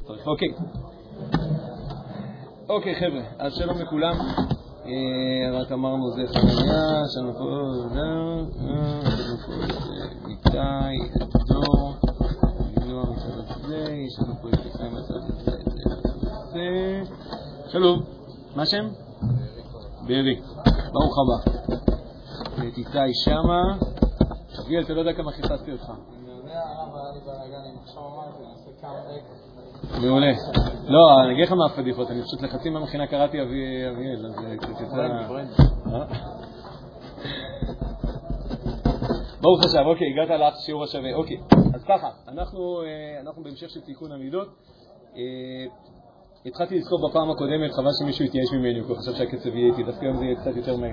צריך. אוקיי חבר'ה, אז שלום לכולם. רק אמרנו זה חנניה, שלום פה, איתי, דור, נועה מצד הזה, יש לנו פה את לפני מצד הזה. שלום, מה השם? בארי, ברוך הבא. את איתי שמה. אביאל, אתה לא יודע כמה חיפשתי אותך. אני יודע, אבל היה לי בלגן עם עכשיו אמרתי, אני אעשה כמה דקות. מעולה. לא, אני אגיד לך מה הפדיחות, אני פשוט לחצי מהמכינה קראתי אביאל, אז קצת יצא... ברוך השב, אוקיי, הגעת לך שיעור השווה, אוקיי. אז ככה, אנחנו בהמשך של תיקון המידות. התחלתי לזכור בפעם הקודמת, חבל שמישהו יתייאש ממני, הוא חושב שהקצב יהיה איתי, דווקא היום זה יהיה קצת יותר מהר.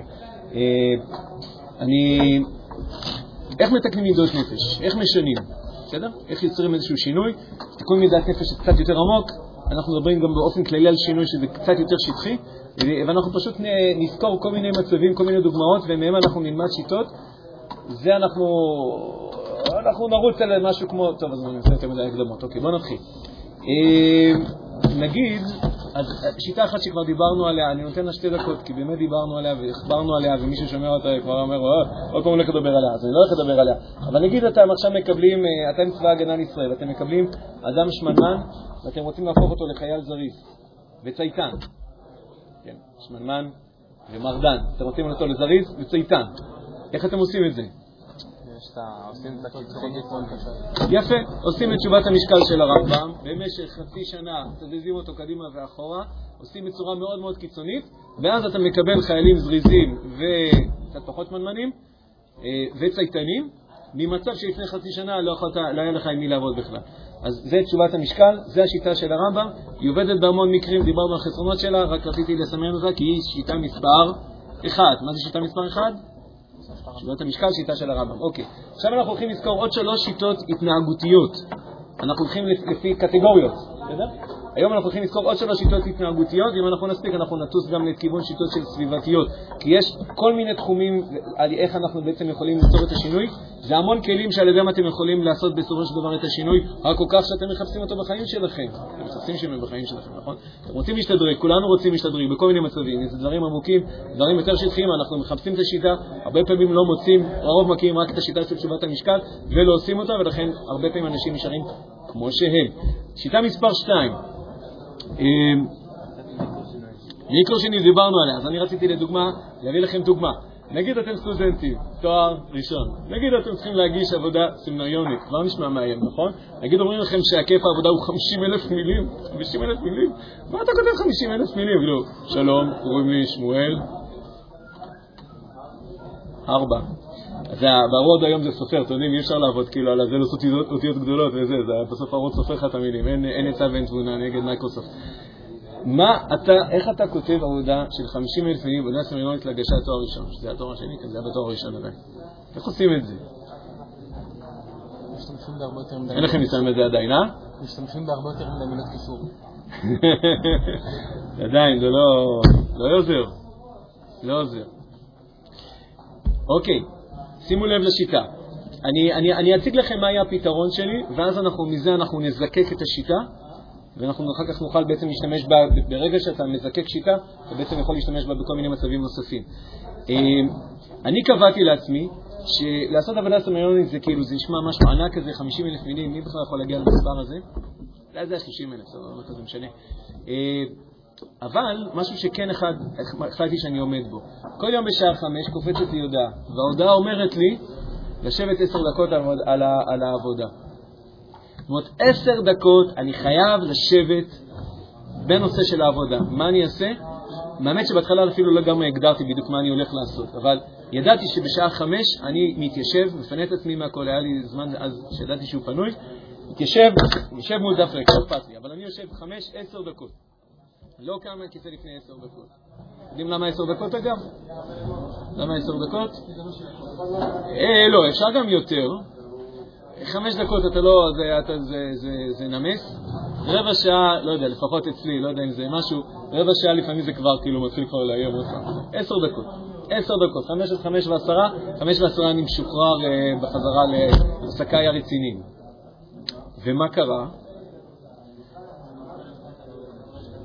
איך מתקנים מידות נפש? איך משנים? בסדר? איך יוצרים איזשהו שינוי? תיקון מידת נפש קצת יותר עמוק, אנחנו מדברים גם באופן כללי על שינוי שזה קצת יותר שטחי, ואנחנו פשוט נזכור כל מיני מצבים, כל מיני דוגמאות, ומהם אנחנו נלמד שיטות. זה אנחנו נרוץ על משהו כמו... טוב, אז אני נעשה יותר מדי הקדמות. אוקיי, בוא נתחיל. נגיד, אז שיטה אחת שכבר דיברנו עליה, אני נותן לה 2 דקות, כי באמת דיברנו עליה והחברנו עליה, ומישהו שומע אותה כבר אומר, עוד פעם הולך לדבר עליה, אז אני לא הולך לדבר עליה. אבל נגיד, אתם עכשיו מקבלים, אתם צבא הגנה לישראל, אתם מקבלים אדם שמנמן, ואתם רוצים להפוך אותו לחייל זריז, וצייתן. כן, שמנמן ומרדן. אתם רוצים אותו לזריז וצייתן. איך אתם עושים את זה? עושים את הקיצונית. יפה, עושים את תשובת המשקל של הרמב"ם, במשך חצי שנה תזיזים אותו קדימה ואחורה, עושים בצורה מאוד מאוד קיצונית, ואז אתה מקבל חיילים זריזים וקצת פחות מנמנים וצייתנים, ממצב שלפני חצי שנה לא היה לך עם מי לעבוד בכלל. אז זה תשובת המשקל, זה השיטה של הרמב"ם, היא עובדת בהמון מקרים, דיברנו על חסרונות שלה, רק רציתי לסמן אותה כי היא שיטה מספר 1. מה זה שיטה מספר 1? תשובת המשקל, שיטה של הרמב"ם. אוקיי. עכשיו אנחנו הולכים לזכור עוד 3 שיטות התנהגותיות. אנחנו הולכים לפי קטגוריות. בסדר? היום אנחנו הולכים לזכור עוד 3 שיטות התנהגותיות, ואם אנחנו נספיק אנחנו נטוס גם לכיוון שיטות של סביבתיות. כי יש כל מיני תחומים על איך אנחנו בעצם יכולים ליצור את השינוי. זה המון כלים שעל ידם אתם יכולים לעשות בסופו של דבר את השינוי, רק כל כך שאתם מחפשים אותו בחיים שלכם. אתם מחפשים שינוי בחיים שלכם, נכון? אתם רוצים להשתדרג, כולנו רוצים להשתדרג בכל מיני מצבים. זה דברים עמוקים, דברים יותר שטחיים, אנחנו מחפשים את השיטה, הרבה פעמים לא מוצאים, הרוב מכירים רק את השיטה של תשובת המשקל ולא עושים אותה, ולכן הרבה פעמים אנשים נשארים כמו שהם. שיטה מספר 2. מיקרו שני דיברנו עליה, אז אני רציתי לדוגמה, להביא לכם דוגמה. נגיד אתם סטודנטים, תואר ראשון. נגיד אתם צריכים להגיש עבודה סמינריונית, כבר נשמע מאיים, נכון? נגיד אומרים לכם שהיקף העבודה הוא 50,000 מילים. 50,000 מילים? מה אתה כותב 50,000 מילים? לא, שלום, קוראים לי שמואל. 4. אז בעבוד היום זה סופר, אתם יודעים, אי אפשר לעבוד כאילו על זה, לעשות אותיות גדולות וזה, בסוף העבוד סופר לך את המילים, אין עצה ואין תבונה נגד מייקרוסופט. איך אתה כותב עבודה של 50,000 מילים בעבודה סמינריונית להגשת תואר ראשון? שזה התואר השני, כן, זה היה בתואר ראשון עדיין. איך עושים את זה? משתמשים בהרבה יותר מדי. אין לכם ניסיון בזה עדיין, אה? משתמשים בהרבה יותר מדי מילות קישור. עדיין, זה לא עוזר. לא עוזר. אוקיי, שימו לב לשיטה. אני אציג לכם מה היה הפתרון שלי, ואז מזה אנחנו נזקק את השיטה, ואנחנו אחר כך נוכל בעצם להשתמש בה, ברגע שאתה מזקק שיטה, אתה בעצם יכול להשתמש בה בכל מיני מצבים נוספים. אני קבעתי לעצמי, שלעשות עבודה סמינריונית זה כאילו, זה נשמע משהו ענק כזה, 50,000 מילים, מי בכלל יכול להגיע למספר הזה? אולי זה היה 30,000, לא כזה משנה. אבל משהו שכן החלטתי שאני עומד בו. כל יום בשעה 5 קופצת לי הודעה, וההודעה אומרת לי לשבת 10 דקות על העבודה. זאת אומרת, 10 דקות אני חייב לשבת בנושא של העבודה. מה אני אעשה? באמת שבהתחלה אפילו לא גם הגדרתי בדיוק מה אני הולך לעשות, אבל ידעתי שבשעה 5 אני מתיישב, מפנה את עצמי מהכל, היה לי זמן אז שידעתי שהוא פנוי, מתיישב מול דף ריק, לא אכפת לי, אבל אני יושב 5-10 דקות. לא קם מהכיסא לפני 10 דקות. יודעים למה 10 דקות אגב? למה 10 דקות? לא, אפשר גם יותר. 5 דקות אתה לא, זה נמס. רבע שעה, לא יודע, לפחות אצלי, לא יודע אם זה משהו, רבע שעה לפעמים זה כבר כאילו מתחיל כבר להיום עוד פעם. 10 דקות. 10 דקות, 5 ו10 אני משוחרר בחזרה לסקאי הרציניים. ומה קרה?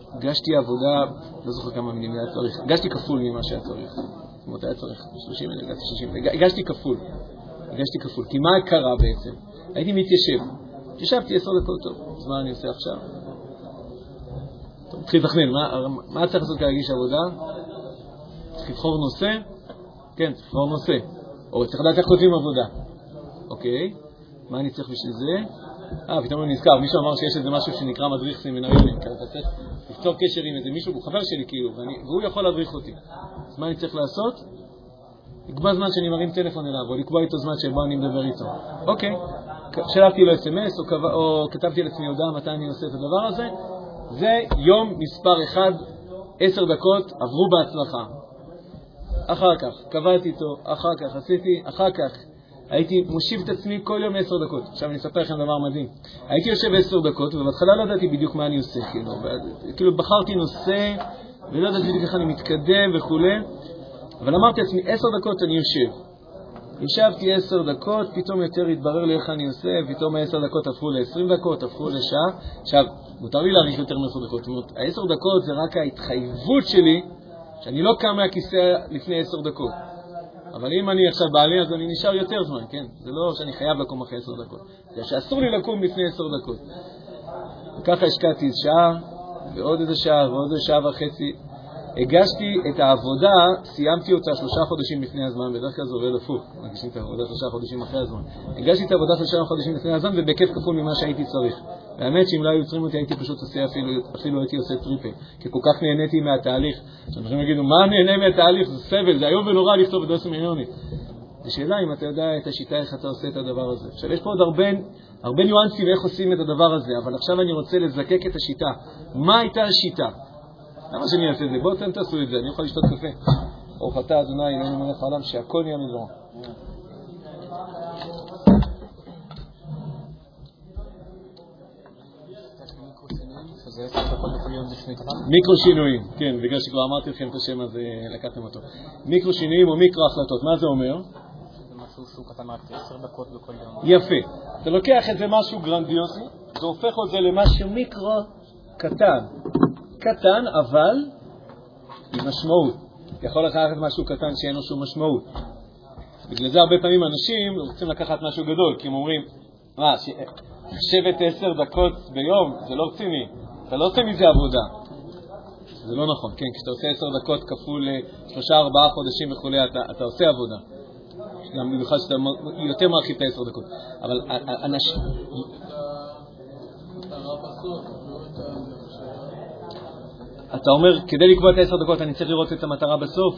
הגשתי עבודה, לא זוכר כמה מילים היה צריך, הגשתי כפול ממה שהיה צריך. זאת אומרת, היה צריך 30, אני הגשתי 60, הגשתי כפול. כי מה קרה בעצם? הייתי מתיישב. התיישבתי 10 דקות טוב. אז מה אני עושה עכשיו? טוב, תתחיל לתכנן, מה צריך לעשות כרגיש עבודה? צריך לבחור נושא? כן, צריך לבחור נושא. או צריך לדעת איך כותבים עבודה. אוקיי, מה אני צריך בשביל זה? פתאום אני נזכר, מישהו אמר שיש איזה משהו שנקרא מדריך סמינריונים, אתה צריך לפתור קשר עם איזה מישהו, הוא חבר שלי כאילו, והוא יכול להדריך אותי. אז מה אני צריך לעשות? לקבוע זמן שאני מרים טלפון אליו, או לקבוע איתו זמן שבו אני מדבר איתו. אוקיי, שלחתי לו SMS, או כתבתי לעצמי הודעה מתי אני עושה את הדבר הזה. זה יום מספר 1, 10 דקות, עברו בהצלחה. אחר כך, קבעתי איתו, אחר כך עשיתי, אחר כך הייתי מושיב את עצמי כל יום 10 דקות. עכשיו אני אספר לכם דבר מדהים. הייתי יושב 10 דקות, ובהתחלה לא ידעתי בדיוק מה אני עושה, כאילו בחרתי נושא, ולא ידעתי בדיוק איך אני מתקדם וכו'. אבל אמרתי לעצמי, 10 דקות אני יושב. ישבתי 10 דקות, פתאום יותר התברר לי איך אני עושה, פתאום 10 דקות הפכו ל-20 דקות, הפכו לשעה. עכשיו, מותר לי להאריך יותר מ-10 דקות. זאת אומרת, 10 דקות זה רק ההתחייבות שלי, שאני לא קם מהכיסא לפני 10 דקות. אבל אם אני עכשיו בעלי, אז אני נשאר יותר זמן, כן? זה לא שאני חייב לקום אחרי 10 דקות. זה שאסור לי לקום לפני 10 דקות. וככה השקעתי שעה, ועוד איזה שעה, ועוד איזה שעה וחצי. הגשתי את העבודה, סיימתי אותה 3 חודשים לפני הזמן, בדרך כלל זה עובד הפוך, מגישים את העבודה 3 חודשים אחרי הזמן. הגשתי את העבודה 3 חודשים לפני הזמן, ובהיקף כפול ממה שהייתי צריך. והאמת שאם לא היו יוצרים אותי, הייתי פשוט עושה אפילו הייתי עושה טריפל, כי כל כך נהניתי מהתהליך. שאנשים יגידו, מה נהנה מהתהליך? זה סבל, זה היום ונורא לכתוב בדוס מיליוני. זו שאלה אם אתה יודע את השיטה, איך אתה עושה את הדבר הזה. עכשיו, יש פה עוד הרבה ניואנסים איך עושים את הדבר הזה, אבל עכשיו אני רוצה לזקק את השיטה. מה הייתה השיטה? למה שאני אעשה את זה? בואו אתם תעשו את זה, אני יכול לשתות קפה. ברוך אתה אדוני, אלוהינו מלך העולם, שהכל נהיה מדברו. מיקרו שינויים, כן, בגלל שכבר אמרתי לכם את השם הזה, לקחתם אותו. מיקרו שינויים או מיקרו החלטות, מה זה אומר? זה משהו שהוא קטן רק 10 דקות בכל יום. יפה. אתה לוקח את זה משהו גרנדיוזי, זה הופך את זה למשהו מיקרו קטן, אבל עם משמעות. יכול לקחת משהו קטן שאין לו שום משמעות. בגלל זה הרבה פעמים אנשים רוצים לקחת משהו גדול, כי הם אומרים, לשבת 10 דקות ביום, זה לא רציני. אתה לא עושה מזה עבודה. זה לא נכון, כן, כשאתה עושה 10 דקות כפול 3-4 חודשים וכו', אתה עושה עבודה. גם במיוחד שאתה יותר מרחיב את 10 דקות. אבל אנשים... אתה אומר, כדי לקבוע את 10 דקות, אני צריך לראות את המטרה בסוף?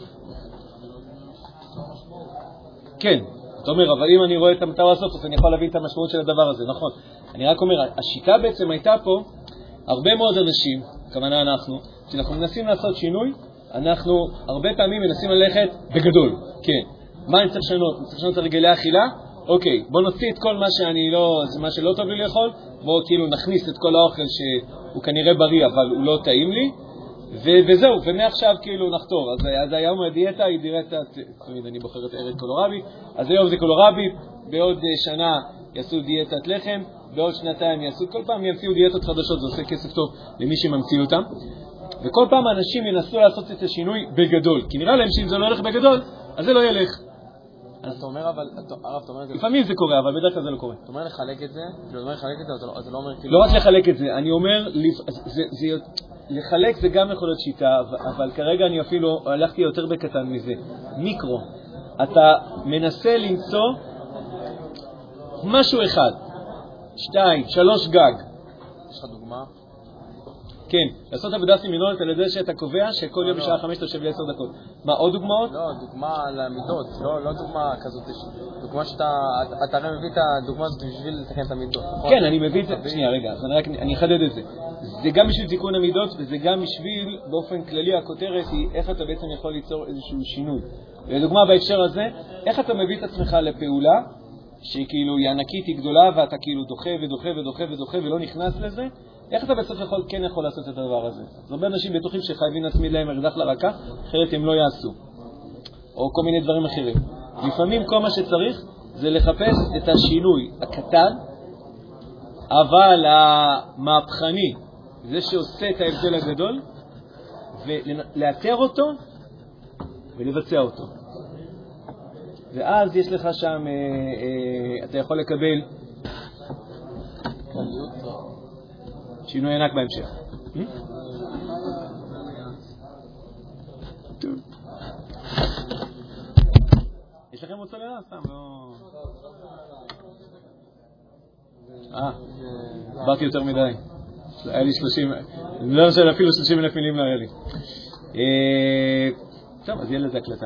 כן, אתה אומר, אבל אם אני רואה את המטרה בסוף, אז אני יכול להבין את המשמעות של הדבר הזה, נכון. אני רק אומר, השיטה בעצם הייתה פה, הרבה מאוד אנשים, כמובן כשאנחנו מנסים לעשות שינוי, אנחנו הרבה פעמים מנסים ללכת בגדול, כן. מה אני צריך לשנות? אני צריך לשנות את הרגלי אכילה? אוקיי, בוא נוציא את כל מה שלא טוב לי לאכול, בוא כאילו נכניס את כל האוכל שהוא כנראה בריא, אבל הוא לא טעים לי, וזהו, ומעכשיו כאילו נחתור. אז היום הדיאטה היא דיאטה, תמיד אני בוחר את ארץ קולורבי, אז היום זה קולורבי, בעוד שנה יעשו דיאטת לחם, בעוד שנתיים יעשו, כל פעם ימציאו דיאטות חדשות, זה עושה כסף טוב למי שממציא אותם, וכל פעם האנשים ינסו לעשות את השינוי בגדול, כי נראה להם שאם זה לא הולך בגדול, אז זה לא ילך. אז אתה אומר, אבל, הרב, אתה אומר את זה... לפעמים זה קורה, אבל בדרך כלל זה לא קורה. אתה אומר לחלק את זה, אז זה לא אומר כאילו... לא רק לחלק את זה, אני אומר, לחלק זה גם יכול להיות שיטה, אבל כרגע אני אפילו הלכתי יותר בקטן מזה. מיקרו. אתה מנסה למצוא משהו אחד, 2, 3 גג. יש לך דוגמה? כן, לעשות עבודה סמינורית על ידי שאתה קובע שכל יום בשעה 5 תושב ל10 דקות. מה, עוד דוגמאות? לא, דוגמה על המידות, לא דוגמה כזאת, דוגמה שאתה הרי מביא את הדוגמה הזאת בשביל לתקן את המידות. כן, אני מביא את זה, שנייה רגע, אני אחדד את זה. זה גם בשביל תיקון המידות, וזה גם בשביל, באופן כללי, הכותרת היא איך אתה בעצם יכול ליצור איזשהו שינוי. לדוגמה בהקשר הזה, איך אתה מביא את עצמך לפעולה, שהיא כאילו היא ענקית, היא גדולה, ואתה כאילו דוחה ודוחה ודוחה ודוחה ולא נכנס לזה, איך אתה בסוף כן יכול לעשות את הדבר הזה? אז הרבה אנשים בטוחים שחייבים להצמיד להם אקדח לרקה, אחרת הם לא יעשו. או כל מיני דברים אחרים. לפעמים כל מה שצריך זה לחפש את השינוי הקטן, אבל המהפכני, זה שעושה את ההבדל הגדול, ולאתר אותו ולבצע אותו. ואז יש לך שם, אתה יכול לקבל שינוי ענק בהמשך. יש לכם מוצא לילה? סתם, לא... דיברתי יותר מדי. היה לי 30, אני לא חושב אפילו 30,000 מילים לא היה לי. טוב, אז יהיה לזה הקלטה.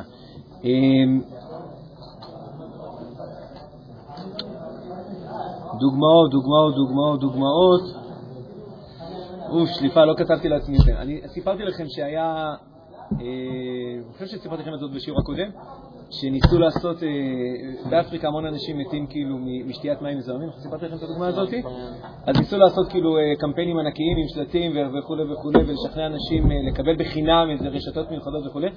דוגמאות. שליפה, לא כתבתי לעצמי זה. אני סיפרתי לכם שהיה, אני חושב שסיפרתי לכם את זאת בשיעור הקודם, שניסו לעשות, באפריקה המון אנשים מתים כאילו משתיית מים מזוהמים, סיפרתי לכם את הדוגמה הזאת? אז ניסו לעשות כאילו קמפיינים ענקיים עם שלטים וכו' וכו' ולשכנע אנשים לקבל בחינם איזה רשתות מיוחדות וכו'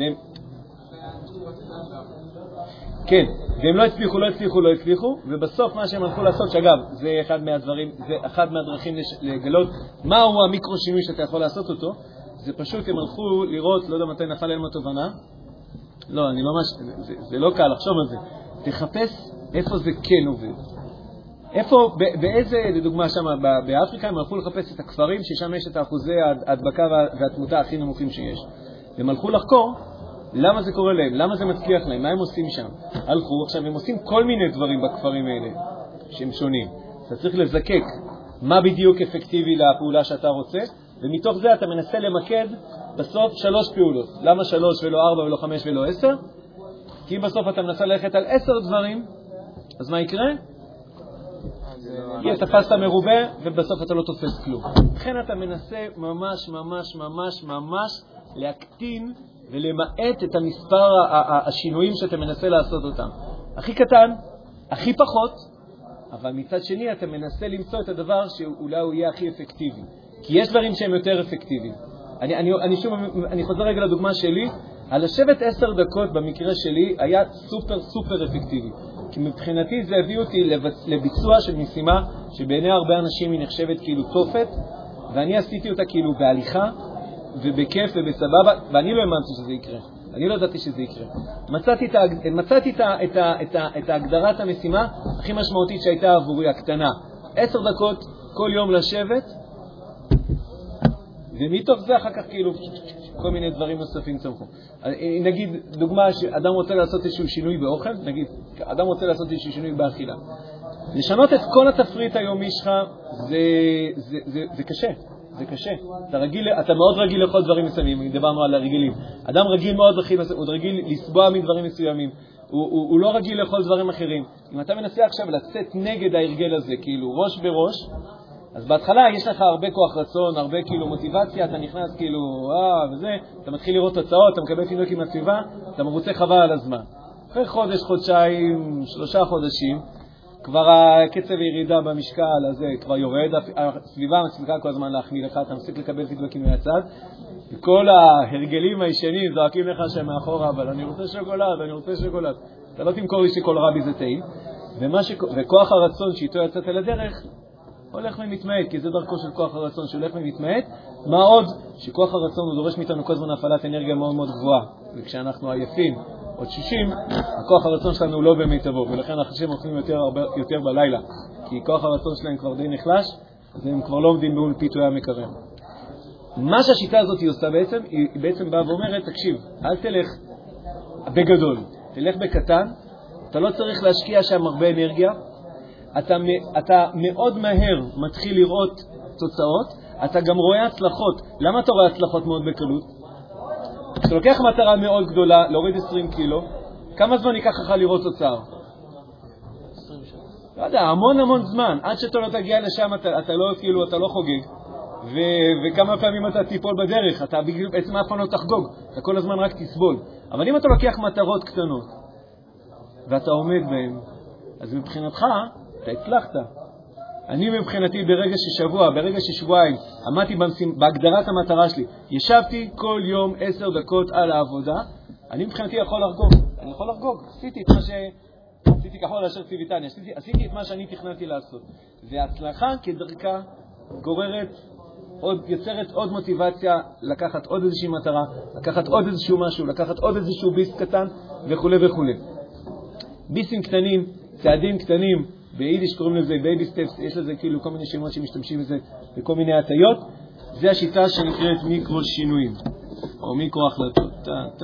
כן, והם לא הצליחו, ובסוף מה שהם הלכו לעשות, שאגב, זה אחד מהדרכים לגלות מהו המיקרו שינוי שאתה יכול לעשות אותו, זה פשוט הם הלכו לראות, לא יודע מתי נפל להם התובנה, לא, אני ממש, זה לא קל לחשוב על זה, תחפש איפה זה כן עובד. איפה, באיזה, לדוגמה שם, באפריקה הם הלכו לחפש את הכפרים ששם יש את האחוזי ההדבקה והתמותה הכי נמוכים שיש. הם הלכו לחקור למה זה קורה להם, למה זה מצליח להם, מה הם עושים שם. הלכו, עכשיו הם עושים כל מיני דברים בכפרים האלה שהם שונים. אתה צריך לזקק מה בדיוק אפקטיבי לפעולה שאתה רוצה, ומתוך זה אתה מנסה למקד בסוף 3 פעולות. למה 3 ולא 4 ולא 5 ולא 10? כי אם בסוף אתה מנסה ללכת על 10 דברים, אז מה יקרה? אתה תפסת מרובה ובסוף אתה לא תופס כלום. לכן אתה מנסה ממש להקטין ולמעט את המספר השינויים שאתה מנסה לעשות אותם. הכי קטן, הכי פחות, אבל מצד שני אתה מנסה למצוא את הדבר שאולי הוא יהיה הכי אפקטיבי. כי יש דברים שהם יותר אפקטיביים. אני חוזר רגע לדוגמה שלי, על לשבת 10 דקות במקרה שלי היה סופר אפקטיבי. כי מבחינתי זה הביא אותי לביצוע של משימה שבעיני הרבה אנשים היא נחשבת כאילו תופת, ואני עשיתי אותה כאילו בהליכה ובכיף ובסבבה, ואני לא האמנתי שזה יקרה. אני לא ידעתי שזה יקרה. מצאתי את הגדרת המשימה הכי משמעותית שהייתה עבורי, הקטנה. 10 דקות כל יום לשבת, ומתוך זה אחר כך כאילו כל מיני דברים נוספים צמחו. נגיד, דוגמה שאדם רוצה לעשות איזשהו שינוי באוכל, נגיד, אדם רוצה לעשות איזשהו שינוי באכילה. לשנות את כל התפריט היומי שלך, זה קשה. זה קשה. אתה מאוד רגיל לאכול דברים מסוימים, דיברנו על הרגילים. אדם רגיל מאוד, הוא רגיל לסבוע מדברים מסוימים. הוא לא רגיל לאכול דברים אחרים. אם אתה מנסה עכשיו לצאת נגד ההרגל הזה, כאילו ראש בראש, אז בהתחלה יש לך הרבה כוח רצון, הרבה כאילו מוטיבציה, אתה נכנס כאילו, וזה, אתה מתחיל לראות תוצאות, אתה מקבל פינוק עם הסביבה, אתה מרוצה חבל על הזמן. אחרי חודש, חודשיים, 3 חודשים, כבר הקצב הירידה במשקל הזה כבר יורד, הסביבה מצליחה כל הזמן להחמיא לך, אתה מפסיק לקבל פידבקים מהצד, וכל ההרגלים הישנים זועקים לך שהם מאחורה, אבל אני רוצה שוקולד. אתה לא תמכור לי שכל רבי זה טעים, וכוח הרצון שאיתו יצאת לדרך, הולך ומתמעט, כי זה דרכו של כוח הרצון שהולך ומתמעט. מה עוד? שכוח הרצון הוא דורש מאיתנו כל הזמן הפעלת אנרגיה מאוד מאוד גבוהה, וכשאנחנו עייפים עוד 60, הכוח הרצון שלנו הוא לא במיטבו, ולכן האנשים אוכלים יותר בלילה, כי כוח הרצון שלהם כבר די נחלש, אז הם כבר לא עומדים מול פיתוי המקרר. מה שהשיטה הזאת היא עושה בעצם, היא בעצם באה ואומרת, תקשיב, אל תלך בגדול, תלך בקטן, אתה לא צריך להשקיע שם הרבה אנרגיה, אתה מאוד מהר מתחיל לראות תוצאות, אתה גם רואה הצלחות. למה אתה רואה הצלחות מאוד בקלות? כשאתה לוקח מטרה מאוד גדולה, להוריד 20 קילו, כמה זמן ייקח לך לראות תוצר? 20 שנה. לא יודע, המון זמן. עד שאתה לא תגיע לשם, אתה לא חוגג. וכמה פעמים אתה תיפול בדרך, אתה בעצם אף פעם לא תחגוג, אתה כל הזמן רק תסבול. אבל אם אתה לוקח מטרות קטנות, ואתה עומד בהן, אז מבחינתך, אתה הצלחת. אני מבחינתי ברגע ששבועיים עמדתי בהגדרת המטרה שלי, ישבתי כל יום 10 דקות על העבודה, אני מבחינתי יכול לחגוג. עשיתי כחול אשר ציוויתני, עשיתי את מה שאני תכננתי לעשות. וההצלחה כדרכה גוררת יוצרת עוד מוטיבציה לקחת עוד איזושהי מטרה, לקחת עוד איזשהו משהו, לקחת עוד איזשהו ביס קטן וכו' וכו'. ביסים קטנים, צעדים קטנים, ביידיש קוראים לזה בייבי סטפס, יש לזה כאילו כל מיני שמות שמשתמשים בזה בכל מיני הטיות. זה השיטה שנקראת מיקרו שינויים, או מיקרו החלטות.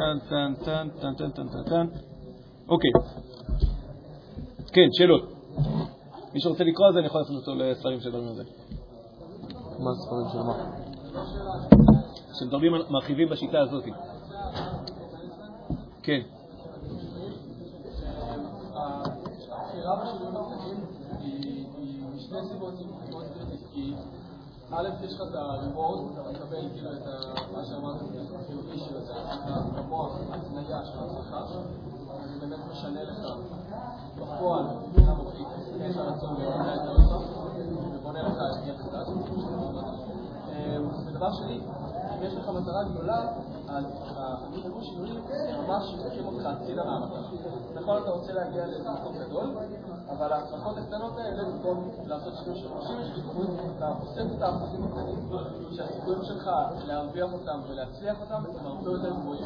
אוקיי. כן, שאלות. מי שרוצה לקרוא את זה, אני יכול לעשות אותו לספרים שדברים על זה. מה ספרים של מה? שדברים מרחיבים בשיטה הזאת. כן. הבחירה בשינויים הקטנים היא משני סיבות מאוד עסקיים. א', יש לך את הריבורד, אתה מקבל כאילו את מה שאמרת, החיובי של זה, המוח, התניה של הצלחה, זה באמת משנה לך בפועל, מבחינה מוחית, יש הרצון ובונה את הרצון, ובונה לך את החדש. ודבר שני, אם יש לך מטרה גדולה, אז המיקרו שינויים ממש לוקחים אותך הצידה מהמטרה. נכון, אתה רוצה להגיע לאיזה מקום גדול, אבל ההצלחות הקטנות האלה, במקום לעשות שינוי של 30%, אתה חוסם את האחוזים הקטנים, שהסיכויים שלך להרוויח אותם ולהצליח אותם הם הרבה יותר גבוהים.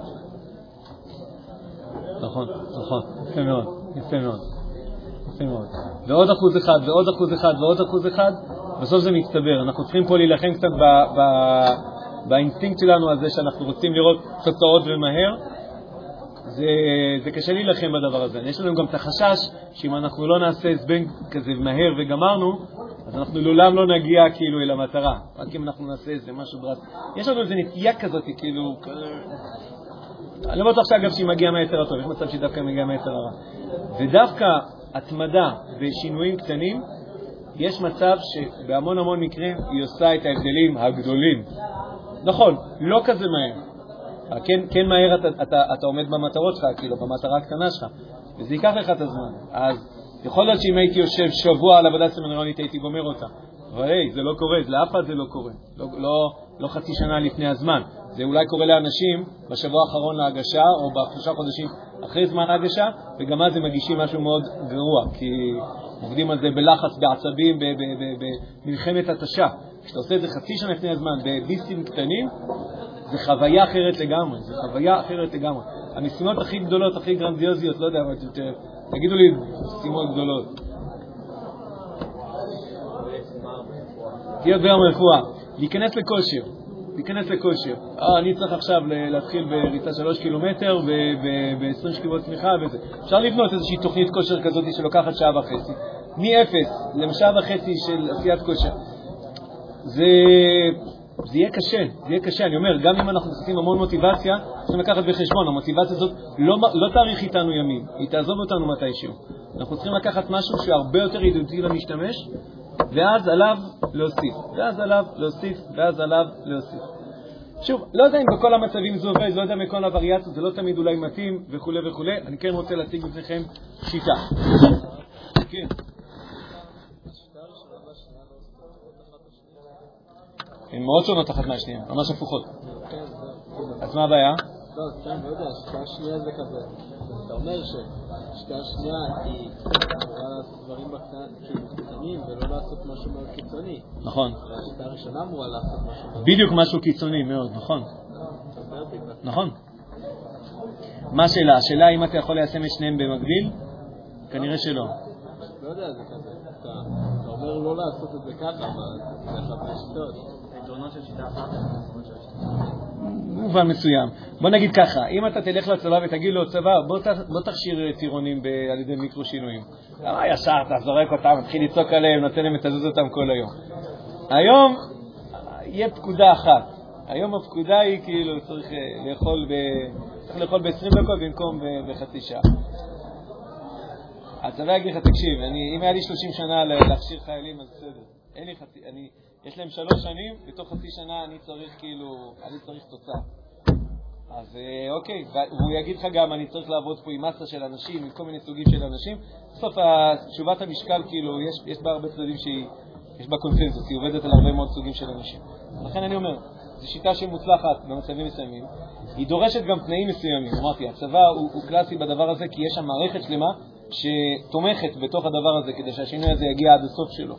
נכון, נכון, יפה מאוד, יפה מאוד. יפה מאוד. ועוד אחוז אחד, ועוד אחוז אחד, ועוד אחוז אחד, בסוף זה מצטבר. אנחנו צריכים פה להילחם קצת באינסטינקט שלנו הזה שאנחנו רוצים לראות תוצאות ומהר. זה קשה להילחם בדבר הזה. יש לנו גם את החשש שאם אנחנו לא נעשה זבנג כזה מהר וגמרנו, אז אנחנו לעולם לא נגיע כאילו אל המטרה. רק אם אנחנו נעשה איזה משהו דרסטי. יש לנו איזה נטייה כזאת, כאילו... אני לא בטוח שאגב שהיא מגיעה מהיצר הטוב, יש מצב שהיא דווקא מגיעה מהיצר הרע. ודווקא התמדה ושינויים קטנים, יש מצב שבהמון המון מקרים היא עושה את ההבדלים הגדולים. נכון, לא כזה מהר. כן מהר אתה עומד במטרות שלך, כאילו במטרה הקטנה שלך, וזה ייקח לך את הזמן. אז יכול להיות שאם הייתי יושב שבוע על עבודה סמינריונית הייתי גומר אותה. אבל זה לא קורה, לאף אחד זה לא קורה. לא חצי שנה לפני הזמן. זה אולי קורה לאנשים בשבוע האחרון להגשה, או ב3 חודשים אחרי זמן ההגשה, וגם אז הם מגישים משהו מאוד גרוע, כי עובדים על זה בלחץ, בעצבים, במלחמת התשה. כשאתה עושה את זה חצי שנה לפני הזמן, בביסים קטנים, זה חוויה אחרת לגמרי, זה חוויה אחרת לגמרי. המשימות הכי גדולות, הכי גרנדיוזיות, לא יודע, אבל תגידו לי משימות גדולות. תהיה בעיה מרפואה, להיכנס לכושר. אני צריך עכשיו להתחיל בריצה 3 קילומטר ב-20 שכיבות צמיחה וזה. אפשר לבנות איזושהי תוכנית כושר כזאת שלוקחת 1.5 שעות. מ-0 ל1.5 שעות של עשיית כושר. זה יהיה קשה, אני אומר, גם אם אנחנו נכנסים המון מוטיבציה, צריכים לקחת בחשבון, המוטיבציה הזאת לא תאריך איתנו ימים, היא תעזוב אותנו מתישהו. אנחנו צריכים לקחת משהו שהרבה יותר ידידותי למשתמש, ואז עליו להוסיף. שוב, לא יודע אם בכל המצבים זה עובד, לא יודע מכל הווריאציות, זה לא תמיד אולי מתאים וכו'. אני כן רוצה להציג בפניכם שיטה. כן. הן מאוד שונות אחת מהשנייה, ממש הפוכות. אז מה הבעיה? לא, לא יודע, השיטה השנייה זה כזה. אתה אומר שהשיטה השנייה היא אמורה לעשות דברים קטנים ולא לעשות משהו מאוד קיצוני. נכון. והשיטה הראשונה אמורה לעשות משהו מאוד... בדיוק משהו קיצוני מאוד, נכון. נכון. מה השאלה? השאלה אם אתה יכול ליישם את שניהם במקביל? כנראה שלא. לא יודע, זה כזה. אתה אומר לא לעשות את זה ככה, אבל זה אחד מהשיטות. היתרונות של שיטה אחת, היתרונות של שיטה. מובן מסוים. בוא נגיד ככה, אם אתה תלך לצבא ותגיד לו, צבא, בוא תכשיר טירונים על ידי מיקרו שינויים. ישר, אתה זורק אותם, מתחיל לצעוק עליהם, נותן להם לתזוז אותם כל היום. היום יהיה פקודה אחת. היום הפקודה היא כאילו צריך לאכול ב-20 דקות במקום בחצי שעה. הצבא יגיד לך, תקשיב, אם היה לי 30 שנה להכשיר חיילים, אז בסדר. יש להם 3 שנים, בתוך חצי שנה אני צריך תוצאה. אז אוקיי, והוא יגיד לך גם, אני צריך לעבוד פה עם מסה של אנשים, עם כל מיני סוגים של אנשים. בסוף תשובת המשקל, כאילו, יש בה הרבה צדדים שיש בה קונצנזוס, היא עובדת על הרבה מאוד סוגים של אנשים. לכן אני אומר, זו שיטה שמוצלחת במצבים מסוימים, היא דורשת גם תנאים מסוימים. אמרתי, הצבא הוא קלאסי בדבר הזה, כי יש שם מערכת שלמה שתומכת בתוך הדבר הזה, כדי שהשינוי הזה יגיע עד הסוף שלו.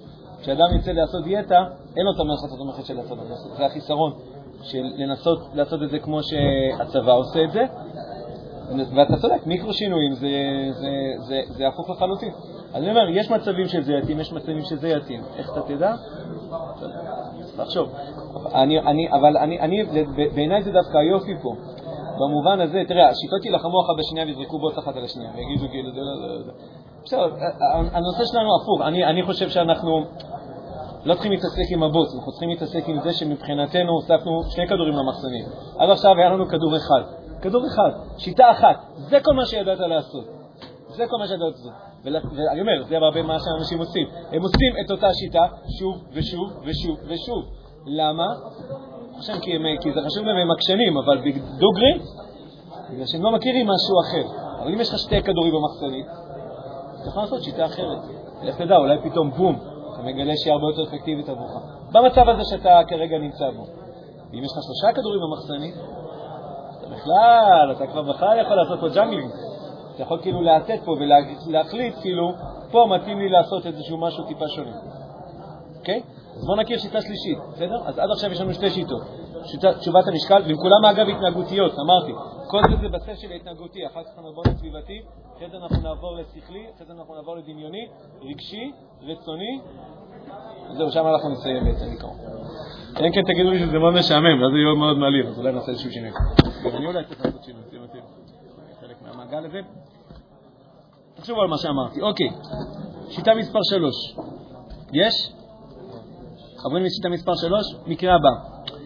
כשאדם יצא לעשות דיאטה, אין לו את המלחצות המחית של לעשות. זה החיסרון של לנסות לעשות את זה כמו שהצבא עושה את זה. ואתה צודק, מיקרו שינויים זה הפוך לחלוטין. אז אני אומר, יש מצבים שזה יתאים, יש מצבים שזה יתאים. איך אתה תדע? לחשוב. אבל בעיניי זה דווקא היופי פה. במובן הזה, תראה, השיטות ילחמו אחת בשנייה ויזרקו בוץ אחת על השנייה, ויגידו כאילו, בסדר, הנושא שלנו הפוך. אני חושב שאנחנו לא צריכים להתעסק עם הבוץ, אנחנו צריכים להתעסק עם זה שמבחינתנו הוספנו 2 כדורים למחסנים. עד עכשיו היה לנו כדור אחד. כדור אחד, שיטה אחת, זה כל מה שידעת לעשות. זה כל מה שידעת לעשות. ואני אומר, זה הרבה מה שאנשים עושים. הם עושים את אותה שיטה שוב ושוב ושוב ושוב. למה? חושב כי זה חשוב להם, הם מקשנים, אבל בדוגרי, בגלל שהם לא מכירים משהו אחר. אבל אם יש לך 2 כדורים במחסנית, אתה יכול לעשות שיטה אחרת. לך תדע, אולי פתאום בום, אתה מגלה שהיא הרבה יותר אפקטיבית עבורך. במצב הזה שאתה כרגע נמצא בו. ואם יש לך 3 כדורים במחסנית, אתה כבר בכלל יכול לעשות פה ג'אנגלינג. אתה יכול כאילו לעטט פה ולהחליט כאילו, פה מתאים לי לעשות איזשהו משהו טיפה שונה. אוקיי? אז בוא נכיר שיטה שלישית, בסדר? אז עד עכשיו יש לנו 2 שיטות. תשובת המשקל, ועם כולם אגב התנהגותיות, אמרתי. כל זה בסף של ההתנהגותי, אחר כך נעבור לסביבתי, אחרי זה אנחנו נעבור לשכלי, אחרי זה אנחנו נעבור לדמיוני, רגשי, רצוני. זהו, שם אנחנו נסיים בעצם לקרוא. אין כן תגידו לי שזה מאוד משעמם, ואז זה יהיה מאוד מעליב, אז אולי נעשה איזשהו שינוי. אני אולי צריך לעשות שינוי, חלק מהמעגל הזה. תחשבו על מה שאמרתי. אוקיי, שיטה מספר 3. יש? עוברים לשיטה מספר 3, מקרה הבא.